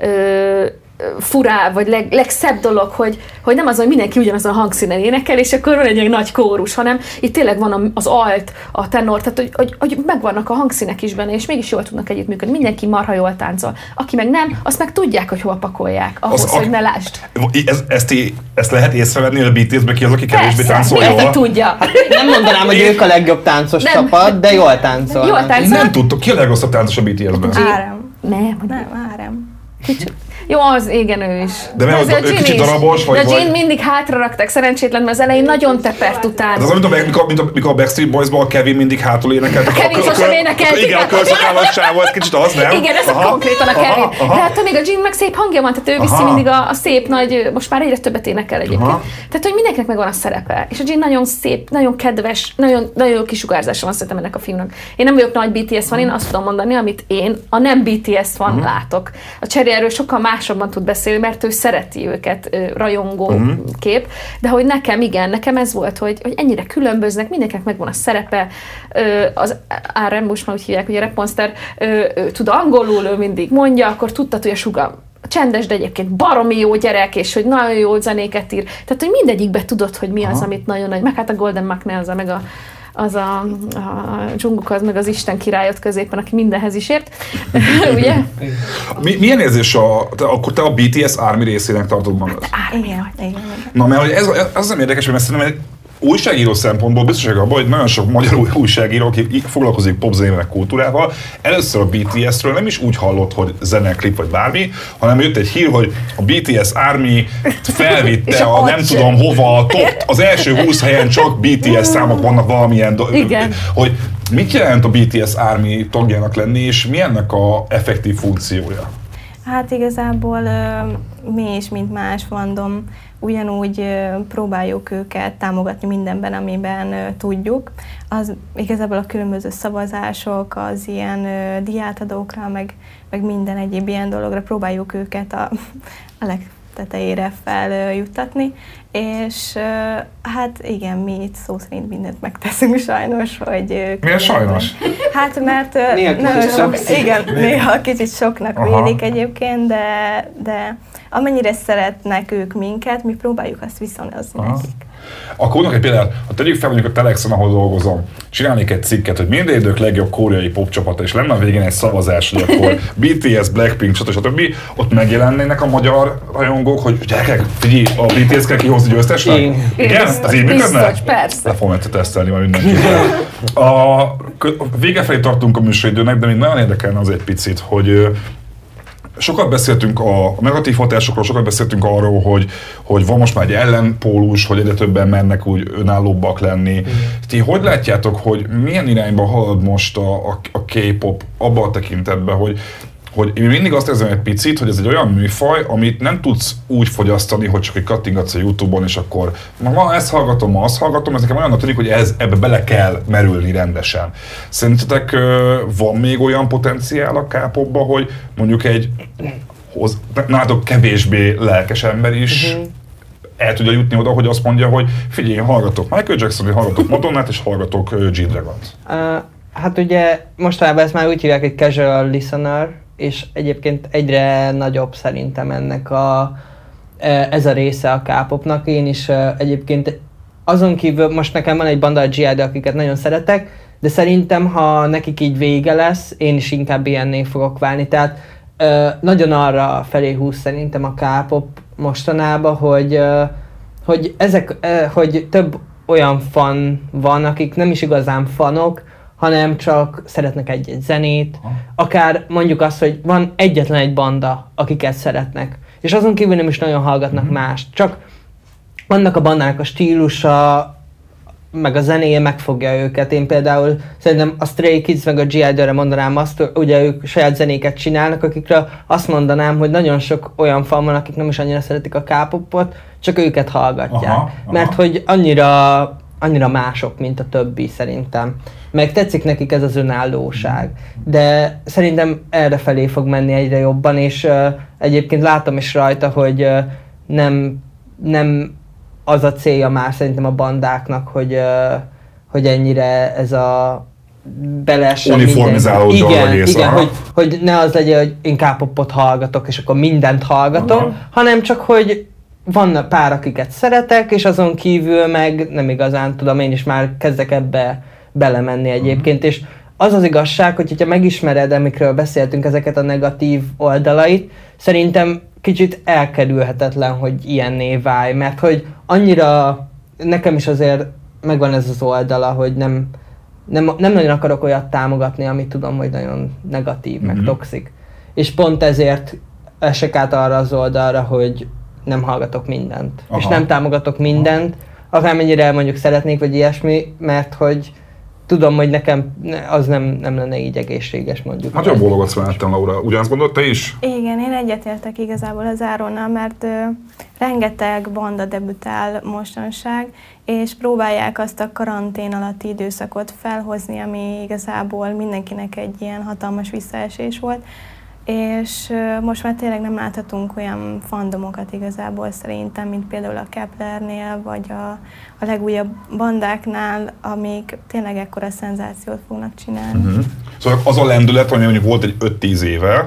Ö, furább, vagy leg, legszebb dolog, hogy, hogy nem az, hogy mindenki ugyanazon a hangszínen énekel, és akkor van egy ilyen nagy kórus, hanem itt tényleg van az alt, a tenor, tehát hogy, hogy, hogy megvannak a hangszínek is benne, és mégis jól tudnak együttműködni. Mindenki marha jól táncol. Aki meg nem, azt meg tudják, hogy hol pakolják, ahhoz, az, hogy ne lásd. Ez, ezt, ezt lehet észrevenni, hogy a bé té esben ki az, aki kevésbé táncol jól? Tudja. Hát nem mondanám, hogy ők a legjobb táncos nem. csapat, de jól táncol. Jól táncol. Nem tudtok, ki a legrosszabb táncos a bé té esben? Árem. Nem, nem, Árem. Kicsit. Jó, az igen, ő is. De mert az, ő kicsit darabos, vagy... De Jin mindig hátra rakták, szerencsétlen, mert az elején nagyon tepert után. Ez az, mint a, mint a, mint a Backstreet Boys-ban a Kevin mindig hátul énekelt. A Kevin sosem énekelt. Igen, a körszakállas csávó, ez kicsit az, nem? Igen, ez aha, a konkrétan a Kevin. Aha, aha. De hát még a Jin meg szép hangja van, tehát ő viszi aha. mindig a, a szép nagy, most már egyre többet énekel egyébként. Aha. Tehát, hogy mindenkinek megvan a szerepe. És a Jin nagyon szép, nagyon kedves, nagyon, nagyon jó kisugárzása van szerintem ennek a filmnek. Én nem vagyok nagy bé té es fan, én azt tudom mondani, amit én a nem bé té es fan uh-huh. látok. A Cherry erről sokkal másabban tud beszélni, mert ő szereti őket, rajongó uh-huh. kép, de hogy nekem igen, nekem ez volt, hogy, hogy ennyire különböznek, mindenkinek megvan a szerepe, az á er em, most már úgy hívják, hogy a Rap Monster tud angolul, ő mindig mondja, akkor tudtad, hogy a Suga csendes, de egyébként baromi jó gyerek, és hogy nagyon jó zenéket ír. Tehát, hogy mindegyikbe tudod, hogy mi az, aha. amit nagyon nagy, meg hát a Golden McNe az a, meg a az a, a Jungkook az meg az Isten királyot középen, aki mindenhez is ért. Ugye? Mi, milyen érzés a, te, akkor te a bé té es Army részének tartod magad? Igen, igen, igen. Na, mert ez, ez nem érdekes, mert szerintem egy újságíró szempontból biztos abban, hogy nagyon sok magyar újságíró, aki foglalkozik popzenével, kultúrával, először a bé té esről nem is úgy hallott, hogy zeneklip vagy bármi, hanem jött egy hír, hogy a bé té es Army felvitte a, a nem tudom hova, top, az első húsz helyen csak bé té es számok vannak valamilyen, do- hogy mit jelent a bé té es Army tagjának lenni, és mi ennek a effektív funkciója? Hát igazából mi is, mint más fandom, ugyanúgy próbáljuk őket támogatni mindenben, amiben tudjuk. Az igazából a különböző szavazások, az ilyen díjátadókra, meg, meg minden egyéb ilyen dologra próbáljuk őket a, a legtetejére feljuttatni. És hát igen, mi itt szó szerint mindent megteszünk sajnos, hogy... Miért sajnos? Hát mert néha nagyon sok, igen, néha kicsit soknak aha. vélik egyébként, de, de amennyire szeretnek ők minket, mi próbáljuk azt viszonozni aha. nekik. Akkor mondok egy példát, ha tegyük fel mondjuk a Telexen, ahol dolgozom, csinálnék egy cikket, hogy minden idők legjobb koreai popcsapata, és lenne a végén egy szavazás, hogy akkor bé té es, Blackpink, stb. stb. Ott megjelennének a magyar rajongók, hogy gyerekek, figyelj, a bé té es kell kihozni győztesnek? Igen. Igen? Ez így működne? Biztos, persze. Le fogom tesztelni majd mindenki. A vége felé tartunk a műsoridőnek, de még nagyon érdekelne az egy picit, hogy sokat beszéltünk a negatív hatásokról, sokat beszéltünk arról, hogy, hogy van most már egy ellenpólus, hogy egyre többen mennek úgy önállóbbak lenni. Mm. Ti hogy látjátok, hogy milyen irányba halad most a, a, a K-pop abban a tekintetben, hogy hogy én mindig azt érzem egy picit, hogy ez egy olyan műfaj, amit nem tudsz úgy fogyasztani, hogy csak egy kattingatsz a YouTube-on, és akkor ma ezt hallgatom, ma azt hallgatom, ez nekem olyannak tűnik, hogy ez, ebbe bele kell merülni rendesen. Szerintetek van még olyan potenciál a K-popba, hogy mondjuk egy hoz, nálatok kevésbé lelkes ember is uh-huh. el tudja jutni oda, hogy azt mondja, hogy figyelj, én hallgatok Michael Jackson-t, hallgatok Madonnát, és hallgatok G-Dragont. Uh, hát ugye mostanában ezt már úgy hívják, hogy casual listener, és egyébként egyre nagyobb szerintem ennek a, ez a része a K-popnak. Én is egyébként azon kívül, most nekem van egy banda a G I D, akiket nagyon szeretek, de szerintem, ha nekik így vége lesz, én is inkább ilyenné fogok válni. Tehát nagyon arra felé húz szerintem a K-pop mostanában, hogy, hogy, ezek, hogy több olyan fan van, akik nem is igazán fanok, hanem csak szeretnek egy-egy zenét, akár mondjuk azt, hogy van egyetlen egy banda, akiket szeretnek, és azon kívül nem is nagyon hallgatnak mm-hmm. mást, csak annak a bandának a stílusa, meg a zenéje megfogja őket. Én például szerintem a Stray Kids meg a G I D-re mondanám azt, ugye ők saját zenéket csinálnak, akikről azt mondanám, hogy nagyon sok olyan fan van, akik nem is annyira szeretik a K-popot, csak őket hallgatják. Aha, aha. Mert hogy annyira, annyira mások, mint a többi szerintem. Meg tetszik nekik ez az önállóság. De szerintem errefelé fog menni egyre jobban, és uh, egyébként látom is rajta, hogy uh, nem, nem az a célja már szerintem a bandáknak, hogy, uh, hogy ennyire ez a beleessen uniformizálódjon igen, egész. Igen, hogy, hogy ne az legyen, hogy én K-popot hallgatok, és akkor mindent hallgatom, uh-huh. hanem csak, hogy van pár, akiket szeretek, és azon kívül meg nem igazán tudom, én is már kezdek ebbe belemenni egyébként, uh-huh. és az az igazság, hogy ha megismered, amikről beszéltünk, ezeket a negatív oldalait, szerintem kicsit elkerülhetetlen, hogy ilyenné válj, mert hogy annyira, nekem is azért megvan ez az oldala, hogy nem, nem, nem nagyon akarok olyat támogatni, amit tudom, hogy nagyon negatív, uh-huh. meg toxik. És pont ezért esek át arra az oldalra, hogy nem hallgatok mindent, aha. és nem támogatok mindent, akármennyire mondjuk szeretnék, vagy ilyesmi, mert hogy tudom, hogy nekem az nem, nem lenne így egészséges, mondjuk. Hát jobb bólogatsz láttam, Laura. Ugyanazt gondolod, te is? Igen, én egyetértek igazából az Áronnal, mert ö, rengeteg banda debütál mostanság, és próbálják azt a karantén alatti időszakot felhozni, ami igazából mindenkinek egy ilyen hatalmas visszaesés volt. És uh, most már tényleg nem láthatunk olyan fandomokat igazából szerintem, mint például a Keplernél, vagy a, a legújabb bandáknál, amik tényleg ekkora szenzációt fognak csinálni. Uh-huh. Szóval az a lendület, ami mondjuk volt egy öt-tíz éve,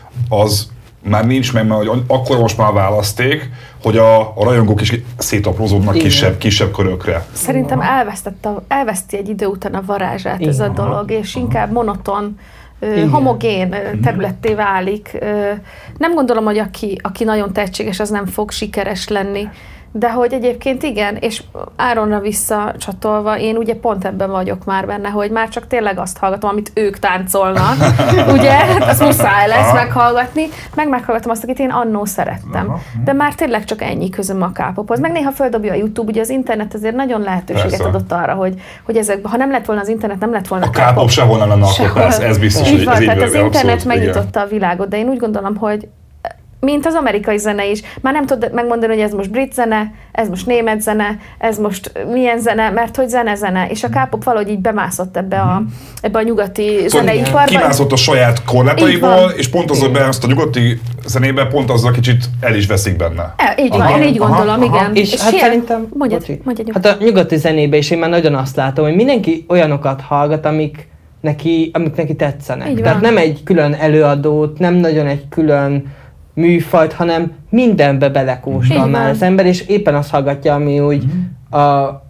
az már nincs meg, mert akkor most már választék, hogy a, a rajongók is szétaprózódnak kisebb, kisebb körökre. Szerintem elvesztett a, elveszti egy idő után a varázsát ez a dolog, és inkább monoton, Igen. homogén területté válik. Nem gondolom, hogy aki, aki nagyon tehetséges, az nem fog sikeres lenni, de hogy egyébként igen, és Áronra visszacsatolva, én ugye pont ebben vagyok már benne, hogy már csak tényleg azt hallgatom, amit ők táncolnak, ugye, azt muszáj lesz meghallgatni, meg meghallgatom azt, akit én annó szerettem. De már tényleg csak ennyi közöm a K-pophoz. Meg néha földobja a YouTube, ugye az internet azért nagyon lehetőséget Persze. adott arra, hogy, hogy ezekben, ha nem lett volna az internet, nem lett volna a K-pop. A K-pop sehol nem lenne akkor, ez, ez biztos, így hogy van, ez tehát így az internet abszolút, megnyitotta igen. a világot, de én úgy gondolom, hogy mint az amerikai zene is. Már nem tudod megmondani, hogy ez most brit zene, ez most német zene, ez most milyen zene, mert hogy zene-zene. És a K-pop valahogy így bemászott ebbe a, ebbe a nyugati szóval zeneiparba. Kimászott a saját korlátaiból, és pont az, hogy ezt a nyugati zenébe pont azzal kicsit el is veszik benne. E, így aha, van, én így gondolom, aha, igen. És, és hát szerintem, mondjad, mondjad, hát a nyugati zenébe is én már nagyon azt látom, hogy mindenki olyanokat hallgat, amik neki, amik neki tetszenek. Tehát nem egy külön előadót, nem nagyon egy külön műfajt, hanem mindenbe belekóstol már az ember, és éppen azt hallgatja, ami úgy, a,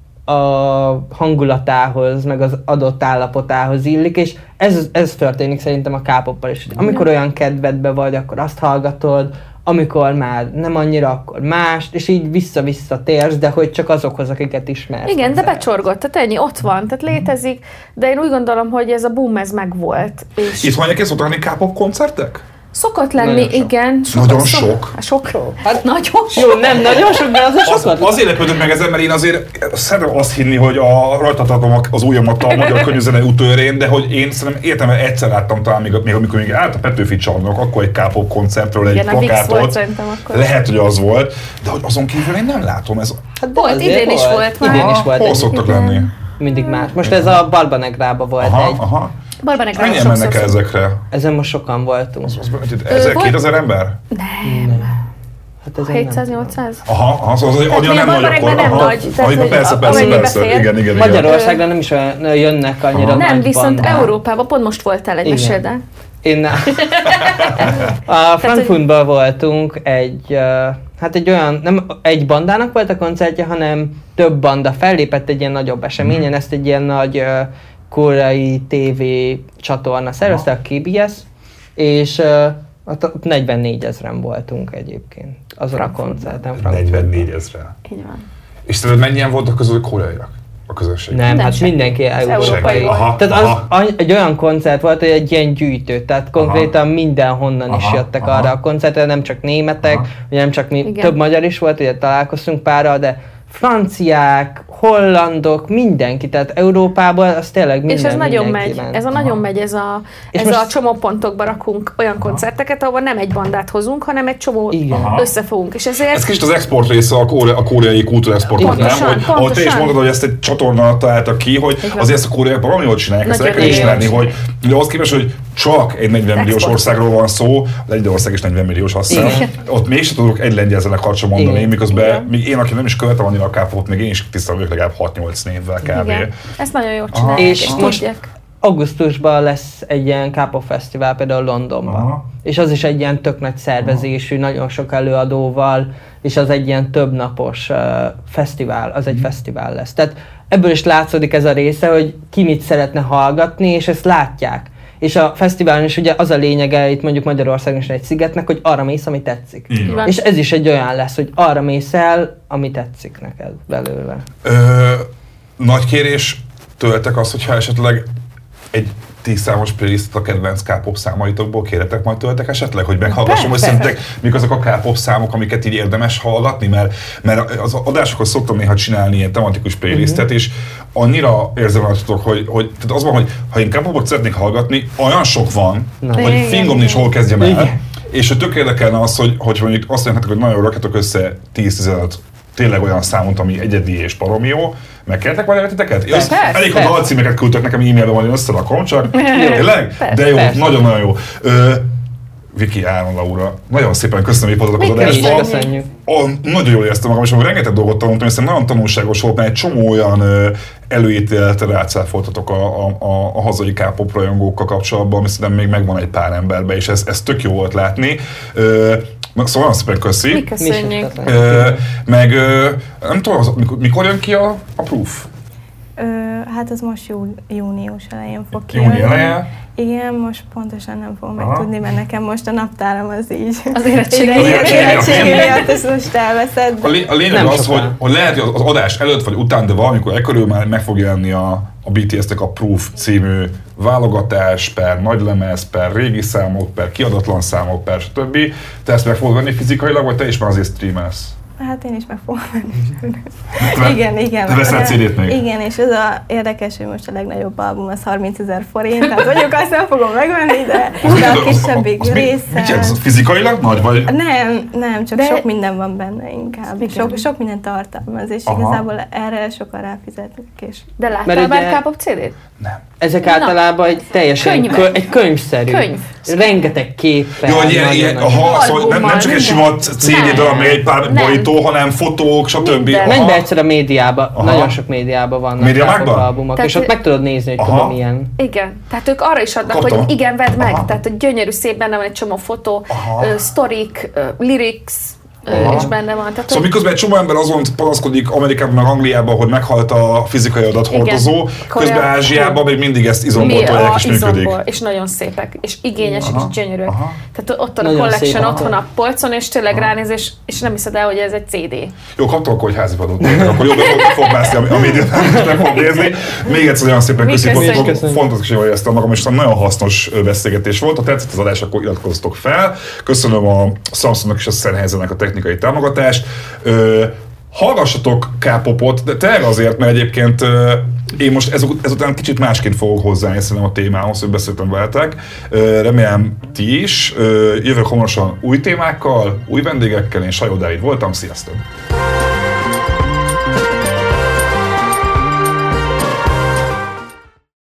a hangulatához, meg az adott állapotához illik, és ez, ez történik szerintem a K-poppal is. Amikor olyan kedvedbe vagy, akkor azt hallgatod, amikor már nem annyira, akkor mást, és így vissza-vissza térsz, de hogy csak azokhoz, akiket ismersz. Igen, de becsorgott, tehát ennyi, ott van, tehát létezik, de én úgy gondolom, hogy ez a boom, ez megvolt. És Itt mondják, szoktak lenni K-pop koncertek? szokott lenni, Nagyon sok. igen. Sokat, Nagyon szok, sok. Sok. Hát nagyon sok. Jó, nem nagyon sok, de azért Az, sokat. azért lepődök meg ezen, mert én azért szeretem azt hinni, hogy a rajta tartom az ujjamat a magyar könyvzenei úttörén, de hogy én szerintem értem, hogy egyszer láttam talán, még, még amikor még állt a Petőfi csarnok, akkor egy K-pop koncertről egy Igen, a Vix volt plakátot. szerintem akkor. Lehet, hogy az volt, de hogy azon kívül én nem látom. Ez Hát de Volt, azért idén is volt már. Idén is volt hol egy, szoktak lenni? mindig más. Most ez a Barbanegrába volt Aha, egy. aha. Barbanegrába Mennyien sokszor mennek el szok- ezekre? Ezen most sokan voltunk. Ezer, volt- kétezer ember? Hát ezen nem. hétszáz-nyolcszáz? Aha, aha, szóval az annyira mi nem a nagy Barbanegben akkor. nem aha. nagy, tehát, Amiben hogy persze, a- persze, amennyibe persze. fér. Igen, igen, igen. Magyarországra nem is olyan jönnek annyira Nem, nagy viszont bandák. Európában pont most voltál egy Igen. mesélde. Én nem. A Frankfurtban voltunk egy, uh, hát egy olyan, nem egy bandának volt a koncertje, hanem több banda fellépett egy ilyen nagyobb eseményen, ezt egy ilyen nagy uh, koreai tévé csatorna szervezte, a K B S, és uh, ott negyvennégy ezren voltunk egyébként azon a koncerten. Frankfurtban. negyvennégy ezre. Így van. És tudod, mennyien voltak közül koreaiak a közönség? Nem, Nem hát senki. mindenki európai. európai volt. Aha, Tehát az, aha. any- egy olyan koncert volt, hogy egy ilyen gyűjtő, tehát konkrétan mindenhonnan is Aha, jöttek aha. arra a koncertre, nem csak németek, Aha. ugye nem csak mi, Igen. több magyar is volt, ugye találkoztunk párral, de franciák, hollandok, mindenki, tehát Európában az tényleg minden, És ez nagyon mindenki megy, ment. ez a nagyon megy, ez a, És ez most- a csomópontokba rakunk olyan koncerteket, ahol nem egy bandát hozunk, hanem egy csomó Igen. Aha. összefogunk. És ezért Ez kicsit az export része a, kóre, a koreai kultúrexportnak, nem? Pontosan, Hogy, ahogy te is pontosan. mondod, hogy ezt egy csatornán találtak ki, hogy Így van. azért ezt a koreaiak valami jól csinálják, ezt el Nagyon kell jól ismerni, csinálják. hogy ugye ahhoz képest, hogy csak egy negyven milliós Export. országról van szó, Lengyelország is negyven milliós, azt hiszem. Igen. Ott mégsem tudok egy lengyel zenekart sem mondani, Igen. miközben Igen. még én, aki nem is követem annyira a K-popot, még én is tisztelem ők legalább hat-nyolc névvel kb. igen, ezt nagyon jól Aha. csinálják, És és, most- tudják. Augusztusban lesz egy ilyen K-pop fesztivál például Londonban. Aha. És az is egy ilyen tök nagy szervezésű, nagyon sok előadóval, és az egy ilyen többnapos uh, fesztivál, az egy Mhm. fesztivál lesz. Tehát ebből is látszódik ez a része, hogy ki mit szeretne hallgatni, és ezt látják. És a fesztiválon is ugye az a lényege, itt mondjuk Magyarországon is egy szigetnek, hogy arra mész, ami tetszik. Így Így van. van. És ez is egy olyan lesz, hogy arra mész el, ami tetszik neked belőle. Ö, nagy kérés tőletek az, hogyha esetleg egy tíz számos playlistet a kedvenc K-pop számaitokból kéretek majd tőletek esetleg, hogy meghallgassam, hogy Persze. szerintetek mik azok a K-pop számok, amiket így érdemes hallgatni, mert, mert az adásokhoz szoktam néha csinálni ilyen tematikus playlistet, uh-huh. és annyira érzem rajtatok, hogy, hogy tehát az van, hogy ha én K-popot szeretnék hallgatni, olyan sok van, Na. hogy Igen, fingom nincs, igen. hol kezdjem el. Igen. És hogy tök érdekelne az, hogy, hogy mondjuk azt mondjátok, hogy nagyon rakjatok össze tíz-tizenöt tényleg olyan számot, ami egyedi és baromi jó. Megkértek majd titeket? Én azt- Persze, Elég, ha persze. dalcímeket küldtek nekem e-mailben, majd én összerakom, csak tényleg? Persze, De jó, persze. nagyon-nagyon jó. Ö, Viki, Áron, Laura, nagyon szépen köszönöm, hogy itt voltatok az Mi Mi is adásban. köszönjük. A, nagyon jól éreztem magam, és amikor rengeteg dolgot tanultam, és szerintem nagyon tanulságos volt, mert egy csomó olyan ö, előítéletre rácáfoltatok a, a, a, a hazai K-pop rajongókkal kapcsolatban, ami szerintem még megvan egy pár emberben, és ez, ez tök jó volt látni. Ö, na, szóval nagyon szépen köszi. Mi Mi is köszönjük. köszönjük. Ö, meg ö, nem tudom, az, mikor, mikor jön ki a, a Proof? Ö, hát az most jú, június elején fog Júni kijönni. eleje? Igen, most pontosan nem fogom Aha. megtudni, mert nekem most a naptáram az így. Az érettségi. Igen, Az érettségi, érettségi oké. miatt ezt most elveszed. A, lé, a lényeg Nem az, hogy, soká. hogy lehet, hogy az adás előtt vagy után, de valamikor ekkörül már meg fog jelenni a, a bé té es-nek a Proof című válogatás, per nagylemez, per régi számok, per kiadatlan számok, per stb. Te ezt meg fogod venni fizikailag, vagy te is már azért streamelsz? Hát én is meg fogom venni. Te- Igen, igen. te veszel cé dét még? Igen, és az a érdekes, hogy most a legnagyobb album az harmincezer forint, tehát mondjuk azt nem fogom megvenni, de, de a kisebbik az mi- része... Mit jelent? Az fizikailag nagy vagy? Nem, nem, csak De- sok minden van benne inkább. Igen. Sok, sok minden tartalmaz, és Aha. igazából erre sokan ráfizetnek, és De Mert láttál már ugye- K-pop cé dét? Nem. Ezek Na. általában egy teljesen Könyvek. kö, egy könyvszerű. Könyv. Rengeteg képpel. Jó, hogy ilyen, ilyen, nagyon- aha, szóval nem, nem csak egy sima Albummal, cé dé darab, még egy pár Nem. borító, hanem fotók, stb. Minden. Menj Aha. be egyszer a médiába, Aha. nagyon sok médiában vannak Médiamákban? K-pop albumok, Tehát és ott ő- meg tudod nézni, hogy Aha. tudom milyen. Igen, tehát ők arra is adnak, Kaptam. hogy igen, vedd meg, Aha. tehát hogy gyönyörű, szép, benne van egy csomó fotó, Aha. ö, sztorik, ö, lyrics, Aha. És benne van. Tehát, szóval miközben egy csomó ember azon panaszkodik Amerikában, meg Angliában, hogy meghalt a fizikai adathordozó, közben Ázsiában még mindig ezt izomból tolják és működik. És nagyon szépek, és igényesek, és gyönyörűek. Aha. Tehát ott van a collection otthon a polcon, és tényleg ránéz, és, és nem hiszed el, hogy ez egy cé dé. Jó, kaptam, hogy házi padot, akkor jobb, hogy fog mászni a médiát, nem fog nézni. Még egyszer nagyon szépen köszönjük, fontos, hogy éreztem magam, és nagyon hasznos beszélgetés volt. Ha tetszett az adás, akkor iratkozzatok fel. Köszönöm a Samsungnak és a Sennheisernek a technikai támogatást. Ö, hallgassatok K-popot, de tényleg azért, mert egyébként ö, én most ezut, ezután kicsit másként fogok hozzáállni szerintem a témához, hogy beszéltem veletek. Ö, remélem ti is. Ö, jövök hamarosan új témákkal, új vendégekkel, én Sajó Dávid voltam, sziasztok!